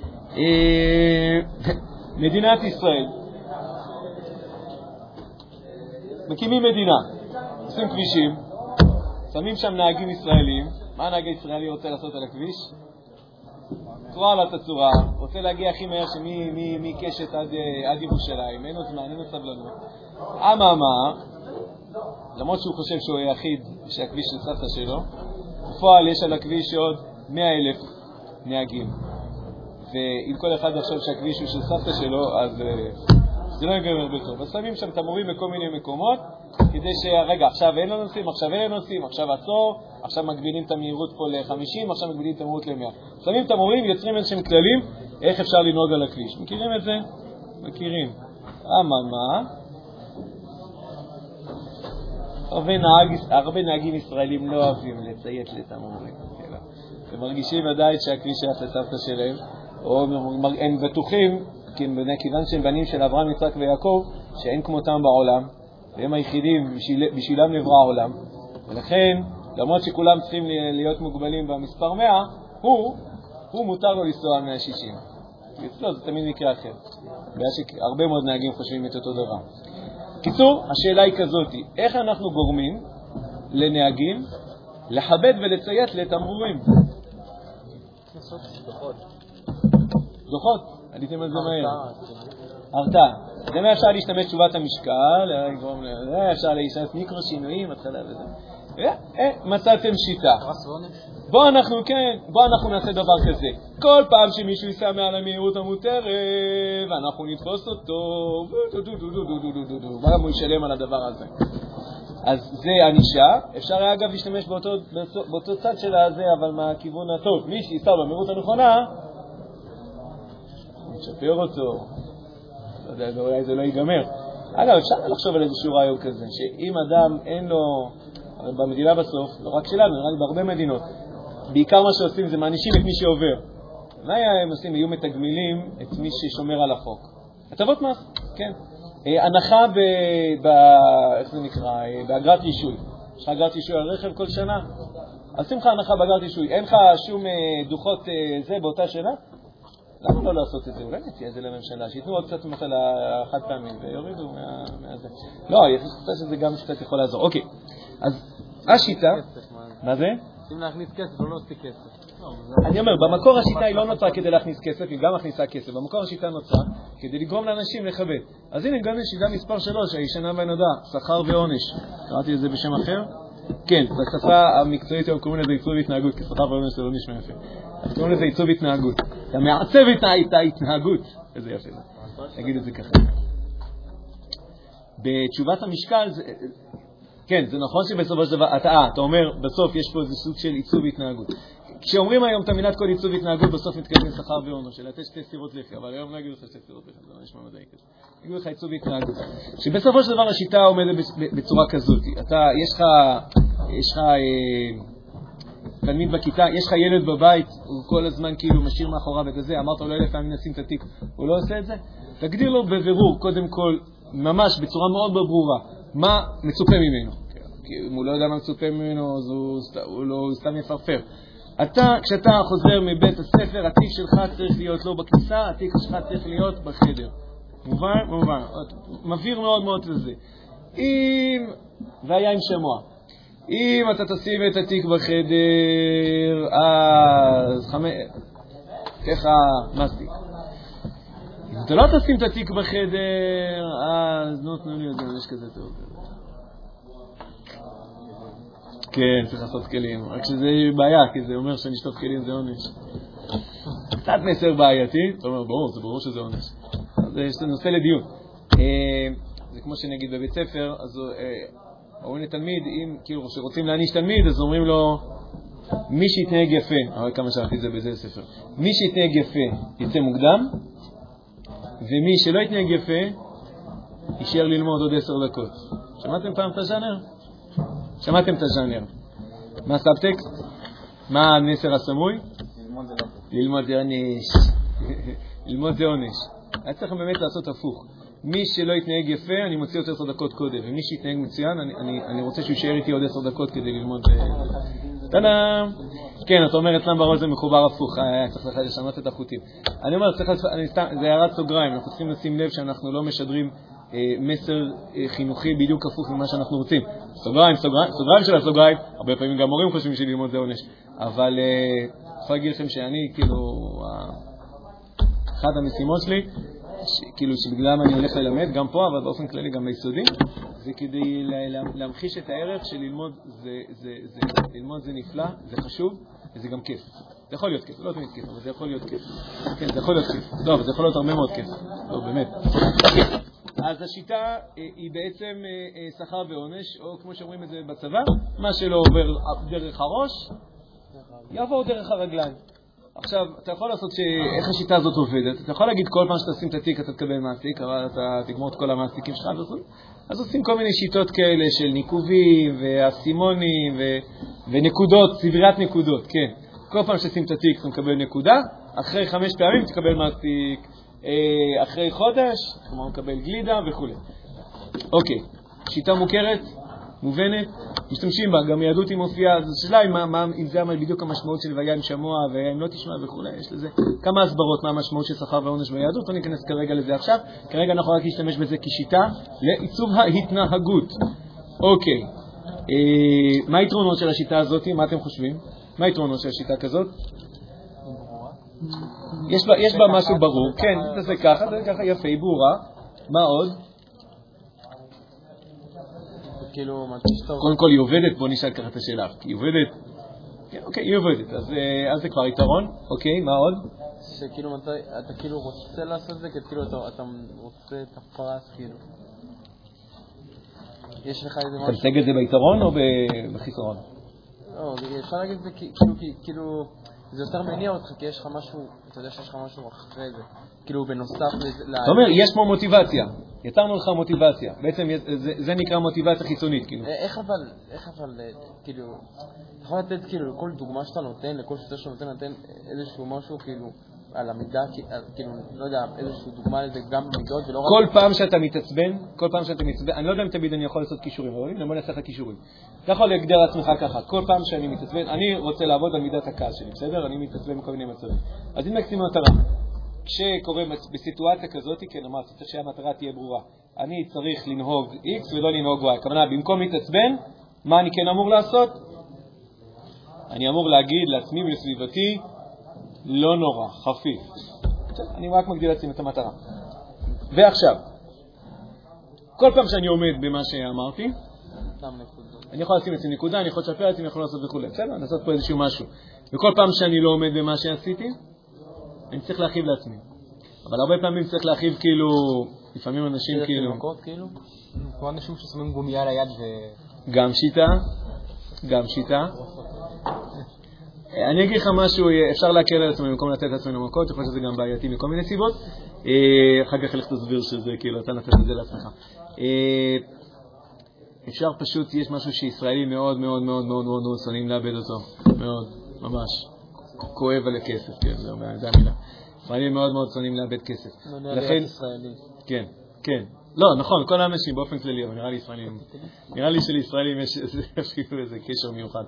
מדינת ישראל. מקימים מדינה, עושים כבישים, שמים שם נהגים ישראלים. מה הנהג הישראלי רוצה לעשות על הכביש? קרוא על התצורה, רוצה להגיע הכי מהר מקשת עד ירושלים, אין לו זמן, אין לו סבלנות. אממה, למרות שהוא חושב שהוא היחיד שהכביש של סבתא שלו, בפועל יש על הכביש עוד 100,000 נהגים. ואם כל אחד יחשוב שהכביש הוא של סבתא שלו, אז זה לא יגמר בטוב. אז שמים שם תמורים בכל מיני מקומות, כדי שרגע, עכשיו אין נוסעים, עכשיו אין נוסעים, עכשיו עצור, עכשיו מגבילים את המהירות פה ל-50, עכשיו מגבילים את המהירות ל-100. שמים תמורים, יוצרים איזשהם כללים, איך אפשר לנהוג על הכביש. מכירים את זה? מכירים. מה? הרבה נהגים ישראלים לא אוהבים לציית לתמורים. הם מרגישים עדיין שהכביש שייך לסבתא שלהם, או הם בטוחים, כיוון שהם בנים של אברהם, יצחק ויעקב, שאין כמותם בעולם, והם היחידים, בשבילם נברא העולם. ולכן, למרות שכולם צריכים להיות מוגבלים במספר 100, הוא מותר לו לנסוע 160. אצלו זה תמיד מקרה אחר. בגלל שהרבה מאוד נהגים חושבים את אותו דבר. קיצור, השאלה היא כזאת, איך אנחנו גורמים לנהגים לכבד ולציית לתמרורים? דוחות. עליתם על זה מהר. הרתעה. זה מה אפשר להשתמש תשובת המשקל, אפשר להשתמש מיקרו שינויים, התחלה וזה. מצאתם שיטה. בוא אנחנו נעשה דבר כזה. כל פעם שמישהו ייסע מעל המהירות המותרת, ואנחנו נתפוס אותו, מה הוא ישלם על הדבר הזה? אז זה ענישה. אפשר אגב להשתמש באותו צד של הזה, אבל מהכיוון הטוב. מי שייסע במהירות הנכונה, נשפר אותו. לא יודע, אולי זה לא ייגמר. אגב, אפשר לחשוב על איזשהו רעיון כזה, שאם אדם אין לו, במדינה בסוף, לא רק שלנו, נראה לי בהרבה מדינות, בעיקר מה שעושים זה מענישים את מי שעובר. מה הם עושים? היו מתגמילים את מי ששומר על החוק. הטבות מס, כן. הנחה איך זה נקרא? באגרת רישוי. יש לך אגרת רישוי על רכב כל שנה? עושים לך הנחה באגרת רישוי. אין לך שום דוחות זה באותה שנה? למה לא לעשות את זה? אולי נציע את זה לממשלה, שיתנו עוד קצת מטל החד פעמים ויורידו מהזה. לא, אני חושב שזה גם קצת יכול לעזור. אוקיי, אז השיטה, מה זה? אם להכניס כסף, לא להוציא כסף. אני אומר, במקור השיטה היא לא נוצרה כדי להכניס כסף, היא גם מכניסה כסף. במקור השיטה נוצרה כדי לגרום לאנשים לכבד. אז הנה גם שיטה מספר 3, הישנה והנודע, שכר ועונש. קראתי את זה בשם אחר? כן, בשפה המקצועית הם קוראים לזה עיצוב התנהגות, כי שכר ועונש זה לא נשמע יפה. אז קוראים לזה עיצוב התנהגות. אתה מעצב את ההתנהגות. איזה יפה זה. נגיד את זה ככה. בתשובת המשקל, כן, זה נכון שבסופו של דבר, אתה אומר, בסוף יש פה איזה סוג של עיצוב התנהגות. כשאומרים היום את המילת קוד עיצוב התנהגות, בסוף מתקדמים שכר ועונש, של לתת 2 ספירות לחי, אבל היום לא יגידו לך 2 ספירות לחי, זה לא נשמע מדעי כזה. יגידו לך עיצוב התנהגות. שבסופו של דבר השיטה עומדת בצורה כזאת. יש לך תלמיד בכיתה, יש לך ילד בבית, הוא כל הזמן כאילו משאיר מאחוריו את זה, אמרת לו 1000 פעמים נשים את התיק, הוא לא עושה את זה? תגדיר לו בבירור, קודם כל, ממש בצורה מאוד ברורה, מה מצופה ממנו. כי אם הוא לא יודע מה מצופה ממנו, אז הוא סתם יפרפר. כשאתה חוזר מבית הספר, התיק שלך צריך להיות לא בכניסה, התיק שלך צריך להיות בחדר. מובן? מובן. מבהיר מאוד מאוד לזה. והיה עם שמוע. אם אתה תשים את התיק בחדר, אז ככה מסטיק. אם אתה לא תשים את התיק בחדר, אז תנו לי עוד יש כזה טוב. כן, צריך לעשות כלים. רק שזה בעיה, כי זה אומר שנשתות כלים זה עונש. קצת מסר בעייתי. אתה אומר, ברור, זה ברור שזה עונש. אז זה נושא לדיון. זה כמו שנגיד בבית ספר, אז אומרים לתלמיד, אם כאילו שרוצים להעניש תלמיד, אז אומרים לו, מי שיתנהג יפה, אבל כמה שאלתי את זה בזה ספר, מי שיתנהג יפה יצא מוקדם, ומי שלא יתנהג יפה, יישאר ללמוד עוד 10 דקות. שמעתם פעם את הז'אנר? שמעתם את הז'אנר. מה הסאבטקסט? מה המסר הסמוי? ללמוד זה עונש. ללמוד זה עונש. היה צריך באמת לעשות הפוך. מי שלא יתנהג יפה, אני מוציא עוד 10 דקות קודם. ומי שיתנהג מצוין, אני רוצה שהוא יישאר איתי עוד 10 דקות כדי ללמוד. טאדם! כן, אתה אומר, אצלם בראש זה מחובר הפוך. צריך לשנות את החוטים. אני אומר, זה הערת סוגריים. אנחנו צריכים לשים לב שאנחנו לא משדרים מסר חינוכי בדיוק הפוך ממה שאנחנו רוצים. סוגריים של הסוגריים, הרבה פעמים גם מורים חושבים שללמוד זה עונש. אבל יכול להגיד לכם שאני, כאילו, אחת המשימות שלי, כאילו שבגללם אני הולך ללמד, גם פה, אבל באופן כללי גם ביסודי, זה כדי להמחיש את הערך של ללמוד, ללמוד זה נפלא, זה חשוב, וזה גם כיף. זה יכול להיות כיף, לא תמיד כיף, אבל זה יכול להיות כיף. כן, זה יכול להיות כיף. לא, אבל זה יכול להיות הרבה מאוד כיף. לא, באמת. אז השיטה היא בעצם שכר ועונש, או כמו שאומרים את זה בצבא, מה שלא עובר דרך הראש, יעבור דרך הרגליים. עכשיו, אתה יכול לעשות איך השיטה הזאת עובדת. אתה יכול להגיד כל פעם שאתה שים את התיק אתה תקבל מעסיק, אבל אתה תגמור את כל המעסיקים שלך. אז עושים כל מיני שיטות כאלה של ניקובים ואסימונים ונקודות, סדרת נקודות, כן. כל פעם שתשים את התיק אתה מקבל נקודה, אחרי 5 פעמים תקבל מעסיק, אחרי חודש, כלומר מקבל גלידה וכו'. אוקיי, שיטה מוכרת, מובנת, משתמשים בה, גם יהדות היא מופיעה, אז השאלה אם זה בדיוק המשמעות של והיה עם שמוע והיה אם לא תשמע וכו'. יש לזה כמה הסברות מה המשמעות של שכר ועונש ביהדות, לא ניכנס כרגע לזה עכשיו, כרגע אנחנו רק נשתמש בזה כשיטה לעיצוב ההתנהגות. אוקיי, מה היתרונות של השיטה הזאת? מה אתם חושבים? מה היתרונות של השיטה כזאת? יש בה משהו ברור, כן, זה ככה יפה, היא ברורה. מה עוד? קודם כל היא עובדת, בוא נשאל ככה את השאלה, היא עובדת? אוקיי, היא עובדת, אז זה כבר יתרון, אוקיי, מה עוד? שכאילו אתה כאילו רוצה לעשות את זה, כאילו אתה רוצה את הפרס, כאילו יש לך איזה משהו... אתה מצג את זה ביתרון או בחיסרון? לא, אפשר להגיד את זה כאילו זה יותר מניע אותך, כי יש לך משהו, אתה יודע שיש לך משהו אחרי זה, כאילו בנוסף זאת אומרת, יש פה מוטיבציה, יצרנו לך מוטיבציה, בעצם זה נקרא מוטיבציה חיצונית, כאילו. איך אבל, כאילו, אתה יכול לתת כאילו לכל דוגמה שאתה נותן, לכל שיטה שאתה נותן איזשהו משהו כאילו על המידה, כאילו, לא יודע, איזשהו דוגמה לזה גם במידות ולא רק... כל פעם שאתה מתעצבן, אני לא יודע אם תמיד אני יכול לעשות קישורים, אבל אני נעשה לך קישורים. אתה יכול להגדיר לעצמך ככה, כל פעם שאני מתעצבן, אני רוצה לעבוד על מידת הכעס שלי, בסדר? אני מתעצבן בכל מיני מצבים. אז אם מקסימים מטרה, כשקורה בסיטואציה כזאת, כן, אמרתי, צריך שהמטרה תהיה ברורה. אני צריך לנהוג X ולא לנהוג Y. הכוונה, במקום להתעצבן, מה אני כן אמור לעשות? אני אמור להגיד לעצמי ולסביבתי, לא נורא, חפיף. אני רק מגדיל לעצמי את המטרה. ועכשיו, כל פעם שאני עומד במה שאמרתי, אני יכול לשים אצלי נקודה, אני יכול לשפר לעצמי, אני יכול לעשות וכו'. בסדר, אני לעשות פה איזשהו משהו. וכל פעם שאני לא עומד במה שעשיתי, אני צריך להרחיב לעצמי. אבל הרבה פעמים צריך להרחיב כאילו, לפעמים אנשים כאילו... כמו אנשים ששמים גומי על היד גם שיטה. אני אגיד לך משהו, אפשר להקל על עצמנו במקום לתת לעצמנו מכות, יכול להיות שזה גם בעייתי מכל מיני סיבות. אחר כך לך תסביר שזה, כאילו, אתה נתת את זה לעצמך. אפשר פשוט, יש משהו שישראלים מאוד מאוד מאוד מאוד מאוד שונאים לאבד אותו. מאוד, ממש. כואב על הכסף, כן, זה המילה. ישראלים מאוד מאוד שונאים לאבד כסף. לכן... ישראלי. כן, כן. לא, נכון, כל האנשים באופן כללי, אבל נראה לי ישראלים. נראה לי שלישראלים יש איזה קשר מיוחד.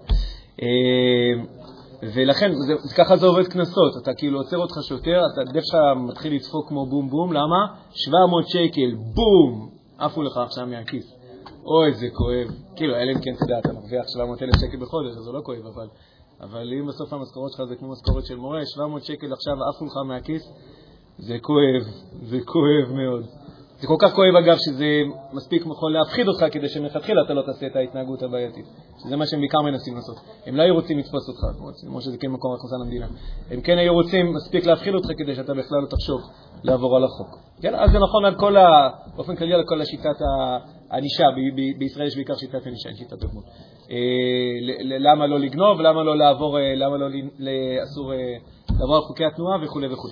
ולכן, ככה זה עובד כנסות. אתה כאילו עוצר אותך שוטר, אתה דף שאתה מתחיל לדפוק כמו בום בום, למה? 700 שקל, בום! עפו לך עכשיו מהכיס. אוי, זה כואב. כאילו, אלא אם כן תדע, אתה מרוויח 700,000 שקל בחודש, אז זה לא כואב, אבל אם בסוף המשכורת שלך זה כמו משכורת של מורה, 700 שקל עכשיו עפו לך מהכיס, זה כואב מאוד. זה כל כך כואב אגב שזה מספיק יכול להפחיד אותך כדי שמלכתחילה אתה לא תעשה את ההתנהגות הבעייתית. שזה מה שהם בעיקר מנסים לעשות. הם לא היו רוצים לתפוס אותך, כמו שזה כן מקום הכנסה למדינה. הם כן היו רוצים מספיק להפחיד אותך כדי שאתה בכלל לא תחשוב לעבור על החוק. כן? אז זה נכון על כל באופן כללי על כל השיטת הענישה. בישראל יש בעיקר שיטת ענישה, שיטת דוגמות. למה לא לגנוב, למה לא לעבור, למה לא אסור לעבור על חוקי התנועה וכו' וכו'.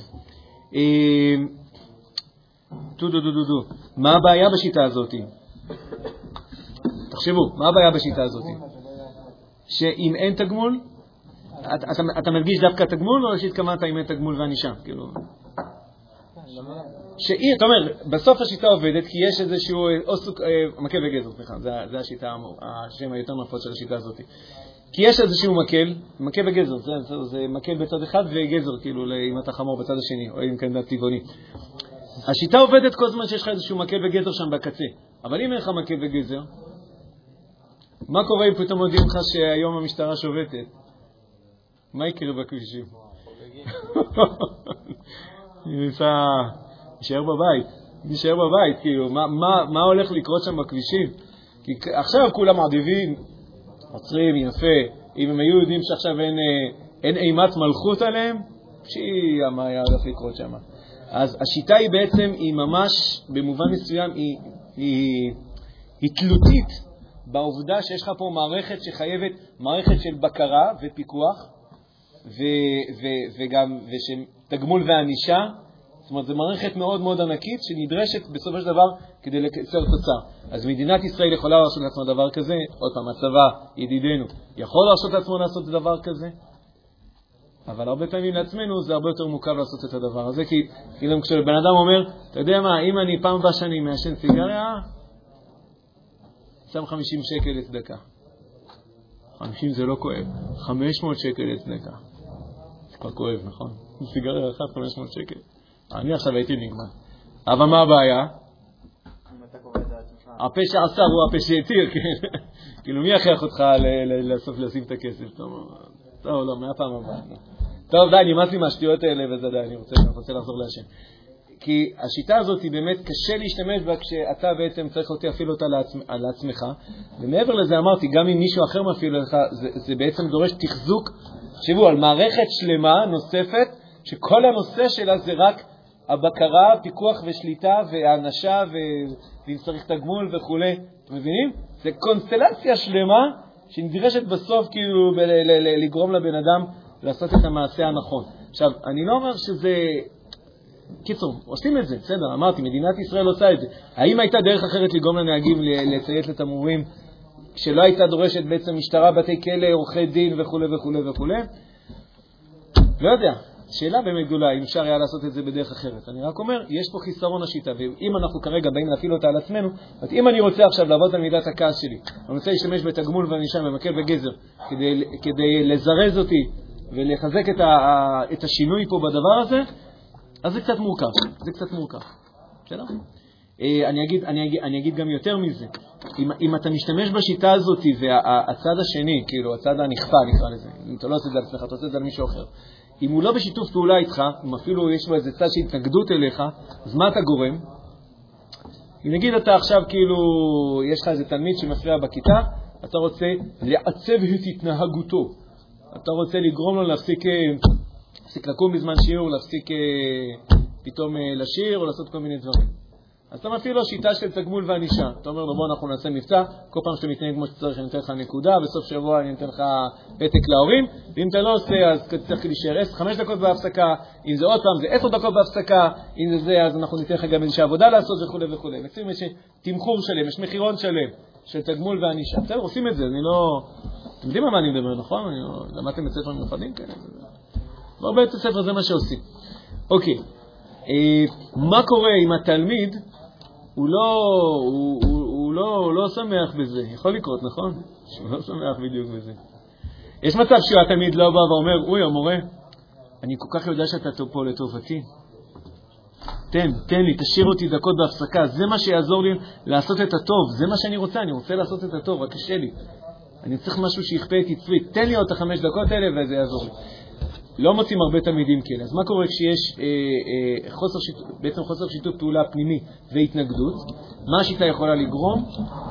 מה הבעיה בשיטה הזאת? תחשבו, מה הבעיה בשיטה הזאת? שאם אין תגמול, אתה מרגיש דווקא תגמול או שהתכוונת אם אין תגמול וענישה? כאילו... אתה אומר, בסוף השיטה עובדת כי יש איזשהו מקל וגזר, סליחה, זה השיטה, השם היותר נפוץ של השיטה הזאת. כי יש איזשהו מקל וגזר, זה מקל בצד אחד וגזר, כאילו, אם אתה חמור בצד השני, או אם כאן טבעוני. השיטה עובדת כל זמן שיש לך איזשהו מקל וגזר שם בקצה. אבל אם אין לך מקל וגזר, מה קורה אם פתאום מודיעים לך שהיום המשטרה שובתת? מה יקרה בכבישים? נשאר בבית, כאילו, מה הולך לקרות שם בכבישים? כי עכשיו כולם מעדיבים, עוצרים, יפה, אם הם היו יודעים שעכשיו אין אימת מלכות עליהם, מה היה הולך לקרות שם? אז השיטה היא בעצם, היא ממש, במובן מסוים, היא תלותית בעובדה שיש לך פה מערכת שחייבת, מערכת של בקרה ופיקוח, וגם תגמול וענישה. זאת אומרת, זו מערכת מאוד מאוד ענקית שנדרשת בסופו של דבר כדי לקצר תוצר. אז מדינת ישראל יכולה לעשות לעצמה דבר כזה, עוד פעם, הצבא, ידידנו, יכול לעשות לעצמו לעשות דבר כזה, אבל הרבה פעמים לעצמנו זה הרבה יותר מורכב לעשות את הדבר הזה, כי גם כשבן אדם אומר, אתה יודע מה, אם אני פעם בשנים מעשן סיגריה, שם 50 שקל לצדקה. 50 זה לא כואב, 500 שקל לצדקה. זה כבר כואב, נכון? סיגריה אחת 500 שקל. אני עכשיו הייתי נגמר. אבל מה הבעיה? הפה שעשה הוא הפה שהתיר, כאילו מי יכריח אותך לסוף לשים את הכסף? טוב, לא, מהפעם הבאה. טוב, די, נמאס לי מהשטויות האלה וזה די, אני רוצה לחזור לעשן. כי השיטה הזאת היא באמת קשה להשתמש בה כשאתה בעצם צריך אותי אפילו אותה על עצמך. ומעבר לזה אמרתי, גם אם מישהו אחר מפעיל לך, זה בעצם דורש תחזוק, תחשבו, על מערכת שלמה נוספת, שכל הנושא שלה זה רק הבקרה, פיקוח ושליטה והאנשה ואם צריך תגמול וכו'. אתם מבינים? זה קונסטלציה שלמה שנדרשת בסוף כאילו לגרום לבן אדם לעשות את המעשה הנכון. עכשיו, אני לא אומר שזה... קיצור, עושים את זה, בסדר, אמרתי, מדינת ישראל עושה את זה. האם הייתה דרך אחרת לגרום לנהגים לציית לתמרורים שלא הייתה דורשת בעצם משטרה, בתי כלא, עורכי דין וכו' וכו' וכו'? לא יודע. שאלה באמת גדולה, אם אפשר היה לעשות את זה בדרך אחרת. אני רק אומר, יש פה חיסרון השיטה, ואם אנחנו כרגע באים להפעיל אותה על עצמנו, אם אני רוצה עכשיו לעבוד על מידת הכעס שלי, אני רוצה להשתמש בתגמול וענישה במקל וגזר, כדי לזרז אותי ולחזק את השינוי פה בדבר הזה, אז זה קצת מורכב. בסדר? אני אגיד גם יותר מזה. אם אתה משתמש בשיטה הזאת והצד השני, כאילו הצד הנכפה נקרא לזה, אם אתה לא עושה את זה על עצמך, אתה עושה את זה על מישהו אחר. אם הוא לא בשיתוף פעולה איתך, אם אפילו יש לו איזה צד של התנגדות אליך, אז מה אתה גורם? אם נגיד אתה עכשיו כאילו, יש לך איזה תלמיד שמפריע בכיתה, אתה רוצה לעצב את התנהגותו. אתה רוצה לגרום לו להפסיק לקום בזמן שיעור, להפסיק פתאום לשיר או לעשות כל מיני דברים. אז אתה מפעיל לו שיטה של תגמול וענישה. אתה אומר לו, בוא אנחנו נעשה מבצע, כל פעם שאתה מתנהג כמו שצריך, אני אתן לך נקודה, בסוף שבוע אני אתן לך פתק להורים, ואם אתה לא עושה, אז צריך להישאר 5 דקות בהפסקה, אם זה עוד פעם, זה 10 דקות בהפסקה, אם זה זה, אז אנחנו ניתן לך גם איזושהי עבודה לעשות וכו' וכו'. מקסימום יש תמחור שלם, יש מחירון שלם של תגמול וענישה. בסדר, עושים את זה, אני לא... אתם יודעים מה אני מדבר, נכון? למדתם בית ספר מיוחדים כאלה? בהרבה בית ספר זה מה שעושים. אוקיי. מה קורה אם התלמיד הוא לא שמח בזה? יכול לקרות, נכון? שהוא לא שמח בדיוק בזה. יש מצב שהתלמיד לא בא ואומר, אוי, המורה, אני כל כך יודע שאתה פה לטובתי. תן לי, תשאיר אותי דקות בהפסקה, זה מה שיעזור לי לעשות את הטוב, זה מה שאני רוצה לעשות את הטוב, רק קשה לי. אני צריך משהו שיכפה את יצרי, תן לי עוד 5 דקות האלה וזה יעזור לי. לא מוצאים הרבה תלמידים כאלה. אז מה קורה כשיש חוסר שיתוף פעולה פנימי והתנגדות? מה השיטה יכולה לגרום?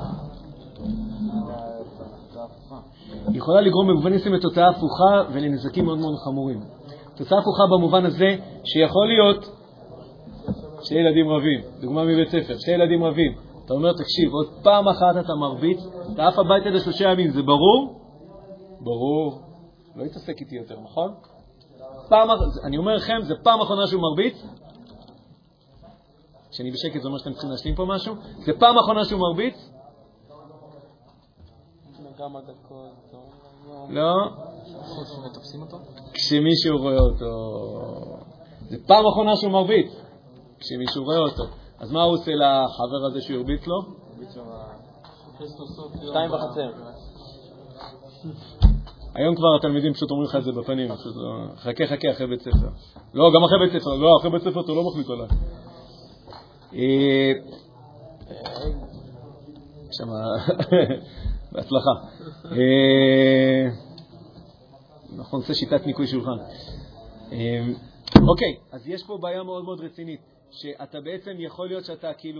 היא יכולה לגרום במובן מסוים לתוצאה הפוכה ולנזקים מאוד מאוד חמורים. תוצאה הפוכה במובן הזה שיכול להיות שני ילדים רבים, דוגמה מבית ספר, שני ילדים רבים. אתה אומר, תקשיב, עוד פעם אחת אתה מרביץ, אתה עף הביתה ל3 ימים, זה ברור? ברור. לא יתעסק איתי יותר, נכון? אני אומר לכם, זה פעם אחרונה שהוא מרביץ. כשאני בשקט זה אומר שאתם צריכים להשלים פה משהו. זה פעם אחרונה שהוא מרביץ? כמה דקות. לא. כשמישהו רואה אותו. זה פעם אחרונה שהוא מרביץ. כשמישהו רואה אותו. אז מה הוא עושה לחבר הזה שהוא הרביץ לו? 2 בחצר. היום כבר התלמידים פשוט אומרים לך את זה בפנים, חכה אחרי בית ספר. לא, גם אחרי בית ספר, לא, אחרי בית ספר אתה לא מחליט עליי. שמה, בהצלחה. אנחנו נעשה שיטת ניקוי שולחן. אוקיי, אז יש פה בעיה מאוד מאוד רצינית, שאתה בעצם יכול להיות שאתה כאילו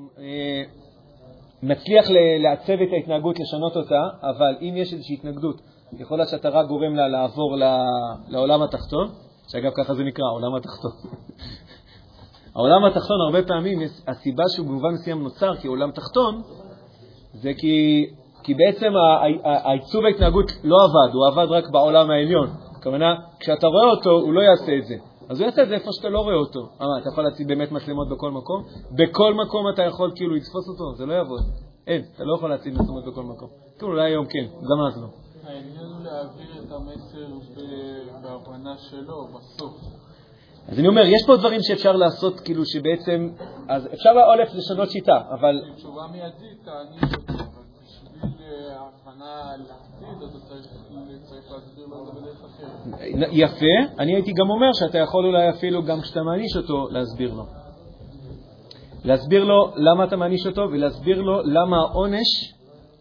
מצליח לעצב את ההתנהגות, לשנות אותה, אבל אם יש איזושהי התנגדות, יכול להיות שאתה רק גורם לה לעבור לעולם התחתון, שאגב ככה זה נקרא, העולם התחתון. העולם התחתון הרבה פעמים, הסיבה שהוא במובן מסוים נוצר כעולם תחתון, זה כי בעצם העיצוב ההתנהגות לא עבד, הוא עבד רק בעולם העליון. כמובן, כשאתה רואה אותו, הוא לא יעשה את זה. אז הוא יעשה את זה איפה שאתה לא רואה אותו. אתה יכול להציב באמת מצלמות בכל מקום? בכל מקום אתה יכול כאילו לתפוס אותו, זה לא יעבוד. אין, אתה לא יכול להציב מצלמות בכל מקום. כאילו אולי היום כן, גם אז לא. העניין הוא להעביר את המסר בהבנה שלו בסוף. אז אני אומר, יש פה דברים שאפשר לעשות, כאילו שבעצם, אז אפשר להולך לשנות שיטה, אבל... תשובה מיידית, תעניש אותו, אבל בשביל ההבנה לעתיד, אתה צריך להסביר לו את זה בדרך אחרת. יפה, אני הייתי גם אומר שאתה יכול אולי אפילו גם כשאתה מעניש אותו, להסביר לו. להסביר לו למה אתה מעניש אותו, ולהסביר לו למה העונש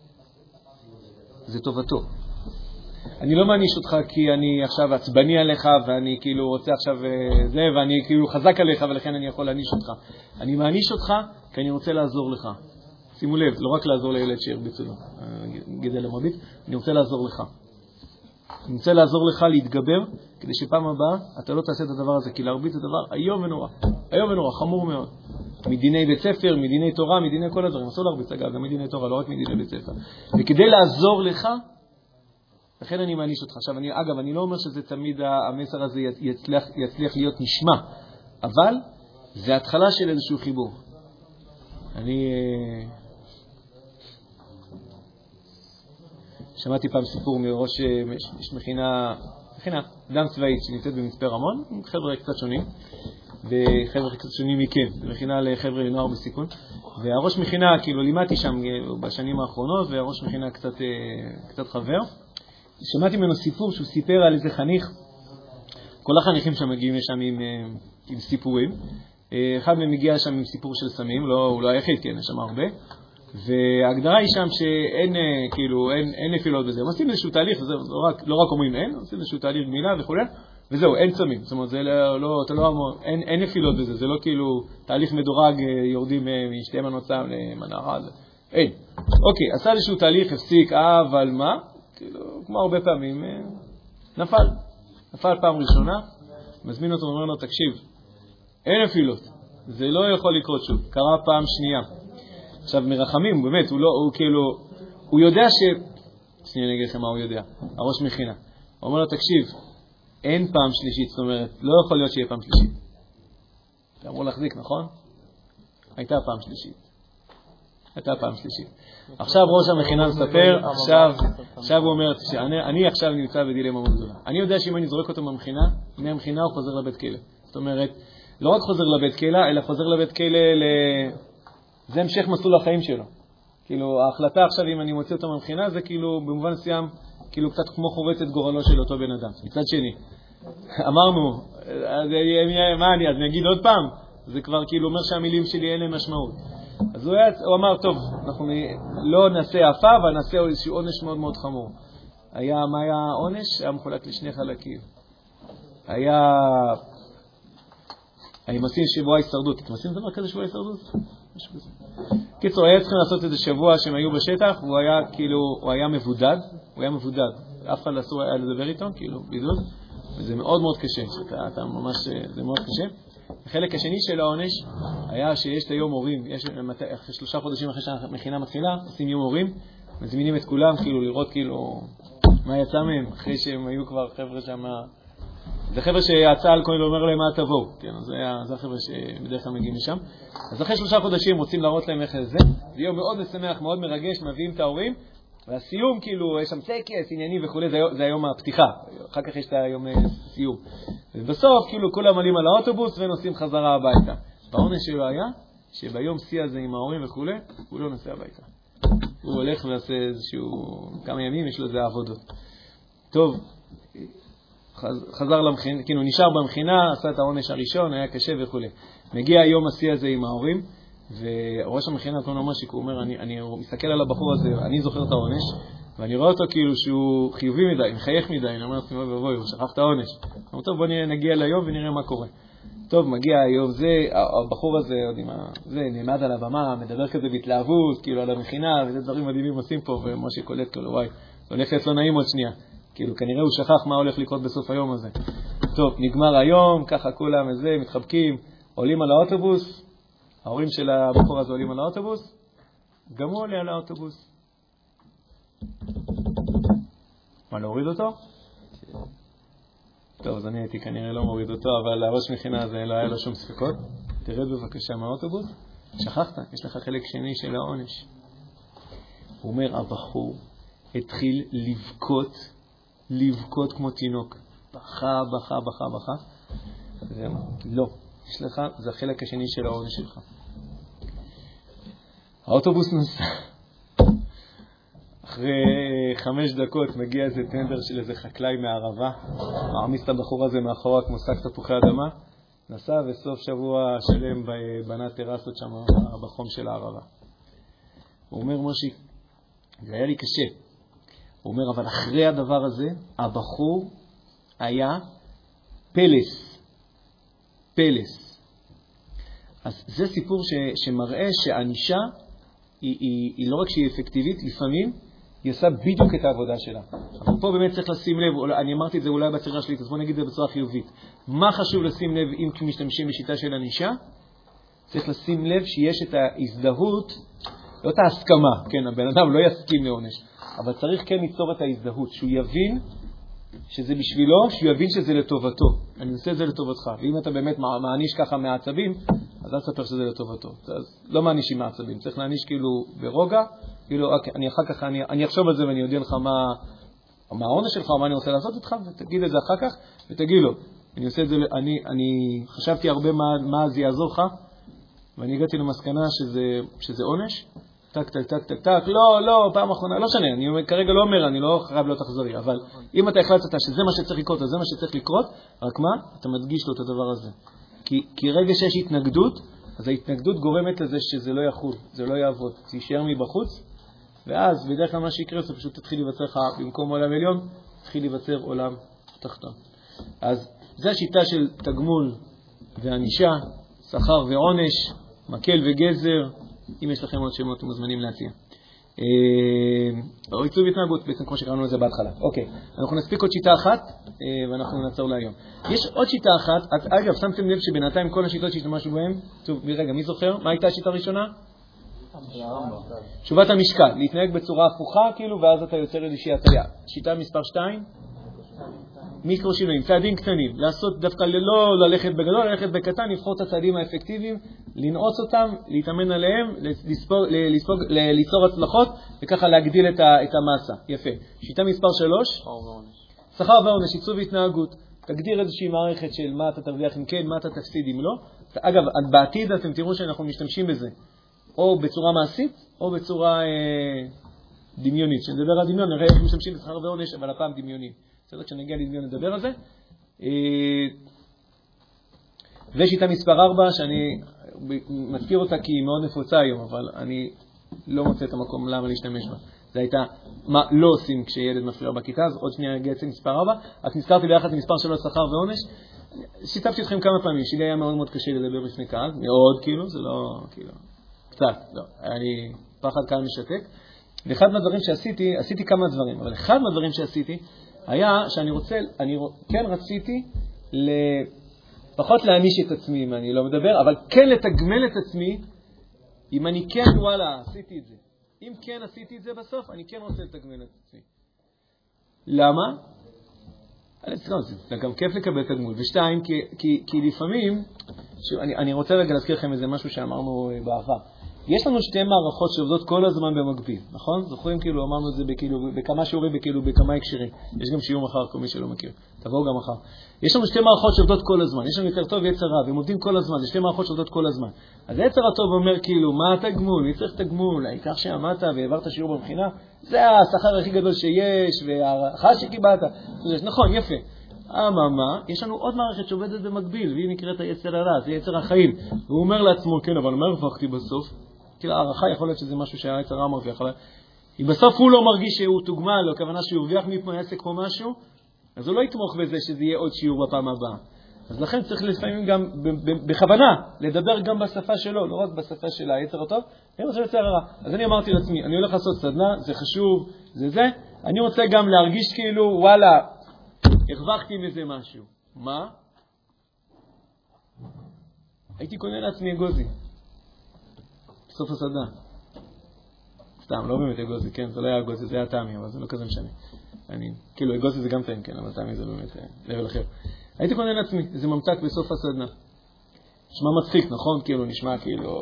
זה טובתו. אני לא מעניש אותך כי אני עכשיו עצבני עליך ואני כאילו רוצה עכשיו זה ואני כאילו חזק עליך ולכן אני יכול להעניש אותך. אני מעניש אותך כי אני רוצה לעזור לך. שימו לב, לא רק לעזור לילד שהרביצו לו, גדל למרביץ, אני רוצה לעזור לך. אני רוצה לעזור לך להתגבר כדי שפעם הבאה אתה לא תעשה את הדבר הזה, כי להרביץ זה דבר איום ונורא. איום ונורא, חמור מאוד. מדיני בית ספר, מדיני תורה, מדיני כל הדברים. אסור להרביץ אגב, גם מדיני תורה, לא רק מדיני בית ספר. וכדי לעזור לך, לכן אני מעניש אותך. עכשיו, אגב, אני לא אומר שזה תמיד המסר הזה יצליח להיות נשמע, אבל זה התחלה של איזשהו חיבור. אני שמעתי פעם סיפור מראש מכינה דם צבאית שנמצאת במצפה רמון, חבר'ה קצת שונים, וחבר'ה קצת שונים מכם, מכינה לחבר'ה לנוער בסיכון, והראש מכינה, כאילו לימדתי שם בשנים האחרונות, והראש מכינה קצת חבר. שמעתי ממנו סיפור שהוא סיפר על איזה חניך, כל החניכים שם מגיעים לשם עם סיפורים, אחד מהם מגיע שם עם סיפור של סמים, הוא לא היחיד, כן, יש שם הרבה, וההגדרה היא שם שאין כאילו, אין נפילות בזה, הם עושים איזשהו תהליך, לא רק אומרים אין, עושים איזשהו תהליך גמילה וכו', וזהו, אין סמים, זאת אומרת, אין נפילות בזה, זה לא כאילו תהליך מדורג, יורדים משתי מנות סם למנהרה, אין. אוקיי, עשה איזשהו תהליך, הפסיק, אבל מה? כאילו, כמו הרבה פעמים, נפל פעם ראשונה, מזמין אותו ואומר לו, תקשיב, אין נפילות, זה לא יכול לקרות שוב. קרה פעם שנייה. עכשיו, מרחמים, באמת, הוא יודע שנייה, אני אגיד לכם מה הוא יודע. הראש מכינה. הוא אומר לו, תקשיב, אין פעם שלישית, זאת אומרת, לא יכול להיות שיהיה פעם שלישית. אתה אמור להחזיק, נכון? הייתה פעם שלישית. עכשיו ראש המכינה מספר, עכשיו הוא אומר, אני עכשיו נמצא בדילמה מאוד גדולה. אני יודע שאם אני זורק אותו מהמכינה הוא חוזר לבית כלא. זאת אומרת, לא רק חוזר לבית כלא, אלא חוזר לבית כלא זה המשך מסלול החיים שלו. כאילו, ההחלטה עכשיו אם אני מוציא אותו מהמכינה זה כאילו במובן מסוים, כאילו קצת כמו חורץ את גורלו של אותו בן אדם. מצד שני, אמרנו, מה אני אגיד עוד פעם? זה כבר כאילו אומר שהמילים שלי אין להם משמעות. אז הוא אמר, טוב, אנחנו לא נעשה אפה, אבל נעשה איזשהו עונש מאוד מאוד חמור. מה היה העונש? היה מחולק לשני חלקים. היה משים שבוע הישרדות. אתם עושים דבר כזה שבוע הישרדות? קיצור, היה צריכים לעשות איזה שבוע שהם היו בשטח, והוא היה כאילו, הוא היה מבודד. אף אחד אסור היה לדבר איתו, כאילו, בידוד. וזה מאוד מאוד קשה. זה מאוד קשה. החלק השני של העונש היה שיש את היום הורים, אחרי 3 חודשים אחרי שהמכינה מתחילה, עושים יום הורים, מזמינים את כולם, כאילו לראות כאילו מה יצא מהם, אחרי שהם היו כבר חבר'ה שם, זה חבר'ה שהצה"ל כהן אומר להם מה תבואו, כן, זה החבר'ה שבדרך כלל מגיעים לשם. אז אחרי 3 חודשים רוצים להראות להם איך זה יום מאוד משמח, מאוד מרגש, מביאים את ההורים, והסיום כאילו, יש שם טקס, ענייני וכו', זה היום הפתיחה, אחר כך יש את היום סיום. ובסוף כאילו כולם עלים על האוטובוס ונוסעים חזרה הביתה. העונש שלו היה שביום שיא הזה עם ההורים וכו', הוא לא נוסע הביתה. הוא הולך ועושה כמה ימים, יש לו איזה עבודות. טוב, חזר למכינה, כאילו נשאר במכינה, עשה את העונש הראשון, היה קשה וכו'. מגיע היום השיא הזה עם ההורים, וראש המכינה קוראים לו משיק, הוא אומר, אני מסתכל על הבחור הזה, אני זוכר את העונש, ואני רואה אותו כאילו שהוא חיובי מדי, מחייך מדי, אני אומר לעצמי, בואי, הוא שכח את העונש. אני אומר, טוב, בוא נגיע ליום ונראה מה קורה. טוב, מגיע היום זה, הבחור הזה, זה נעמד על הבמה, מדבר כזה בהתלהבות, כאילו על המכינה, וזה דברים מדהימים עושים פה, ומשה קולט כאילו, וואי, הולך להיות לא נעים עוד שנייה. כאילו, כנראה הוא שכח מה הולך לקרות בסוף היום הזה. טוב, נגמר היום, ככה כולם איזה, מתחבקים, עולים על האוטובוס, ההורים של הבחור הזה עולים על האוטובוס, גם הוא עולה על האוטובוס. מה, להוריד אותו? טוב, אז אני הייתי כנראה לא מוריד אותו, אבל הראש מכינה הזה לא היה לו שום ספקות. תרד בבקשה מהאוטובוס. שכחת, יש לך חלק שני של העונש. הוא אומר, הבחור התחיל לבכות כמו תינוק. בכה. לא, יש לך, זה החלק השני של העונש שלך. האוטובוס נוסע. אחרי 5 דקות מגיע איזה טנדר של איזה חקלאי מהערבה, מעמיס את הבחור הזה מאחורה כמו שק תפוחי אדמה, נסע וסוף שבוע שלם בנה טרסות שם בחום של הערבה. הוא אומר, מושי, זה היה לי קשה. הוא אומר, אבל אחרי הדבר הזה, הבחור היה פלס. אז זה סיפור שמראה שהאנישה היא לא רק שהיא אפקטיבית, לפעמים היא עושה בדיוק את העבודה שלה. אבל פה באמת צריך לשים לב, אני אמרתי את זה אולי בצורה שלי, אז בוא נגיד את זה בצורה חיובית. מה חשוב לשים לב אם משתמשים בשיטה של אנישה? צריך לשים לב שיש את ההזדהות, לא את ההסכמה, כן, הבן אדם לא יסכים לעונש, אבל צריך כן ליצור את ההזדהות, שהוא יבין שזה בשבילו, שהוא יבין שזה לטובתו. אני עושה את זה לטובתך. ואם אתה באמת מעניש ככה מהעצבים, אז אל תספר שזה לטובתו. אז לא מענישים מהעצבים. צריך להעניש כאילו ברוגע, כאילו אני אחר כך, אני אחשוב על זה ואני יודע לך מה העונש שלך, מה אני רוצה לעשות איתך, ותגיד את זה אחר כך, ותגיד לו, אני עושה את זה, אני חשבתי הרבה מה זה יעזור לך, ואני הגעתי למסקנה שזה עונש, טק, לא, פעם אחרונה, לא שנה, אני כרגע לא אומר, אני לא חייב להיות אכזרי, אבל אם אתה החלטת שזה מה שצריך לקרות, אז זה מה שצריך לקרות, רק מה? אתה מדגיש לו את הדבר הזה. כי רגע שיש התנגדות, אז ההתנגדות גורמת לזה שזה לא יחול, זה לא יעבוד, זה יישאר מבחוץ, ואז בדרך כלל מה שיקרה, זה פשוט תתחיל להיווצר לך, במקום עולם עליון, תתחיל להיווצר עולם תחתון. אז זה השיטה של תגמול וענישה, שכר ועונש, מקל וגזר, אם יש לכם עוד שמות, אתם מוזמנים להציע. או עיצוב התנהגות, בעצם כמו שקראנו לזה בהתחלה. אוקיי, אנחנו נספיק עוד שיטה אחת, ואנחנו נעצור להיום. יש עוד שיטה אחת, אגב, שמתם לב שבינתיים כל השיטות שהשתמשנו בהן, טוב, רגע, מי זוכר? מה הייתה השיטה הראשונה? תשובת המשקל, להתנהג בצורה הפוכה, כאילו, ואז אתה יוצר איזושהי הטיה. שיטה מספר 2, מיקרו שינויים, צעדים קטנים, לעשות דווקא לא ללכת בגדול, ללכת בקטן, לבחור את הצעדים האפקטיביים, לנעוץ אותם, להתאמן עליהם, ליצור הצלחות, וככה להגדיל את המסה. יפה. שיטה מספר 3, שכר ועונש, עיצוב התנהגות. תגדיר איזושהי מערכת של מה אתה תרוויח אם כן, מה אתה תפסיד אם לא. אגב, בעתיד אתם תראו שאנחנו משתמשים בזה, או בצורה מעשית, או בצורה דמיונית. כשנדבר על דמיון, נראה איך משתמשים בשכר ועונש, אבל הפעם דמיונית. בסדר, כשנגיע לדמיון נדבר על זה. ושיטה מספר 4, שאני מזכיר אותה כי היא מאוד נפוצה היום, אבל אני לא מוצא את המקום למה להשתמש בה. זה הייתה מה לא עושים כשילד מפריע בכיתה, אז עוד שנייה נגיע מספר 4. אז נזכרתי ביחד מספר 3, שכר ועונש. שיתפתי אתכם כמה פעמים, שלי היה מאוד מאוד קשה לדבר בפני קהל, מאוד כאילו, זה לא כאילו, קצת, לא, אני פחד קהל משתק. ואחד מהדברים שעשיתי, עשיתי כמה דברים, אבל אחד מהדברים שעשיתי, היה שאני כן רציתי פחות להעניש את עצמי אם אני לא מדבר, אבל כן לתגמל את עצמי אם אני כן, וואלה, עשיתי את זה. אם כן עשיתי את זה בסוף, אני כן רוצה לתגמל את עצמי. למה? זה גם כיף לקבל תגמול. ושתיים, כי לפעמים, אני רוצה רגע להזכיר לכם איזה משהו שאמרנו בעבר. יש לנו שתי מערכות שעובדות כל הזמן במקביל, נכון? זוכרים כאילו, אמרנו את זה בכמה שיעורים, בכמה הקשרים. יש גם שיעור מחר, כל מי שלא מכיר. תבואו גם מחר. יש לנו שתי מערכות שעובדות כל הזמן. יש לנו יצר טוב ויצר רע, והם עובדים כל הזמן. זה שתי מערכות שעובדות כל הזמן. אז היצר הטוב אומר כאילו, מה התגמול? מי צריך תגמול? העיקר שעמדת והעברת שיעור במכינה, זה השכר הכי גדול שיש, והערכה שקיבלת. נכון, יפה. אממה, יש לנו עוד מערכת שעובדת במקביל, והיא נקראת היצר הרע, זה יצר החיים. והוא אומר לעצמו, כן, אבל מה הרווחתי בסוף? כאילו, הערכה יכול להיות שזה משהו שהיצר הרע מרוויח. אם בסוף הוא לא מרגיש שהוא תוגמל, או הכוונה שהוא ירוויח מפני עסק כמו משהו, אז הוא לא יתמוך בזה שזה יהיה עוד שיעור בפעם הבאה. אז לכן צריך לפעמים גם בכוונה לדבר גם בשפה שלו, לא רק בשפה של היצר הטוב, אני רוצה יצר הרע. אז אני אמרתי לעצמי, אני הולך לעשות סדנה, זה חשוב, זה. אני רוצה גם להרגיש כאילו, וואלה, הרווחתי מזה משהו. מה? הייתי קונה לעצמי אגוזי. בסוף הסדנה. סתם, לא באמת אגוזי, כן? זה לא היה אגוזי, זה היה טעמי, אבל זה לא כזה משנה. כאילו, אגוזי זה גם טעים, כן, אבל טעמי זה באמת לבל אחר. הייתי קונה לעצמי, זה ממתק בסוף הסדנה. נשמע מצחיק, נכון? כאילו, נשמע כאילו,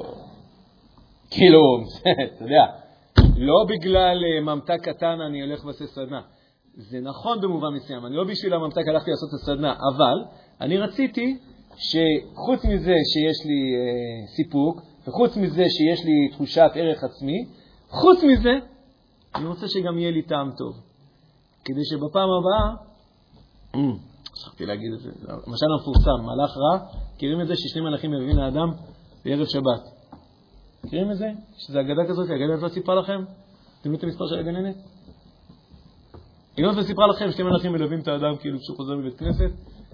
אתה יודע, לא בגלל ממתק קטן אני הולך ועושה סדנה. זה נכון במובן מסוים, אני לא בשביל הממתק הלכתי לעשות את הסדנה, אבל אני רציתי שחוץ מזה שיש לי סיפוק, וחוץ מזה שיש לי תחושת ערך עצמי, חוץ מזה, אני רוצה שגם יהיה לי טעם טוב. כדי שבפעם הבאה, שכחתי להגיד את זה, למשל המפורסם, מלאך רע, מכירים את זה ששני מלאכים מביאים לאדם בערב שבת. מכירים את זה? שזה אגדה כזאת, האגדה הזאת סיפרה לכם? אתם יודעים את המספר של הגננת? היא לא סיפרה לכם, שתי מלאכים מלווים את האדם כאילו כשהוא חוזר מבית כנסת.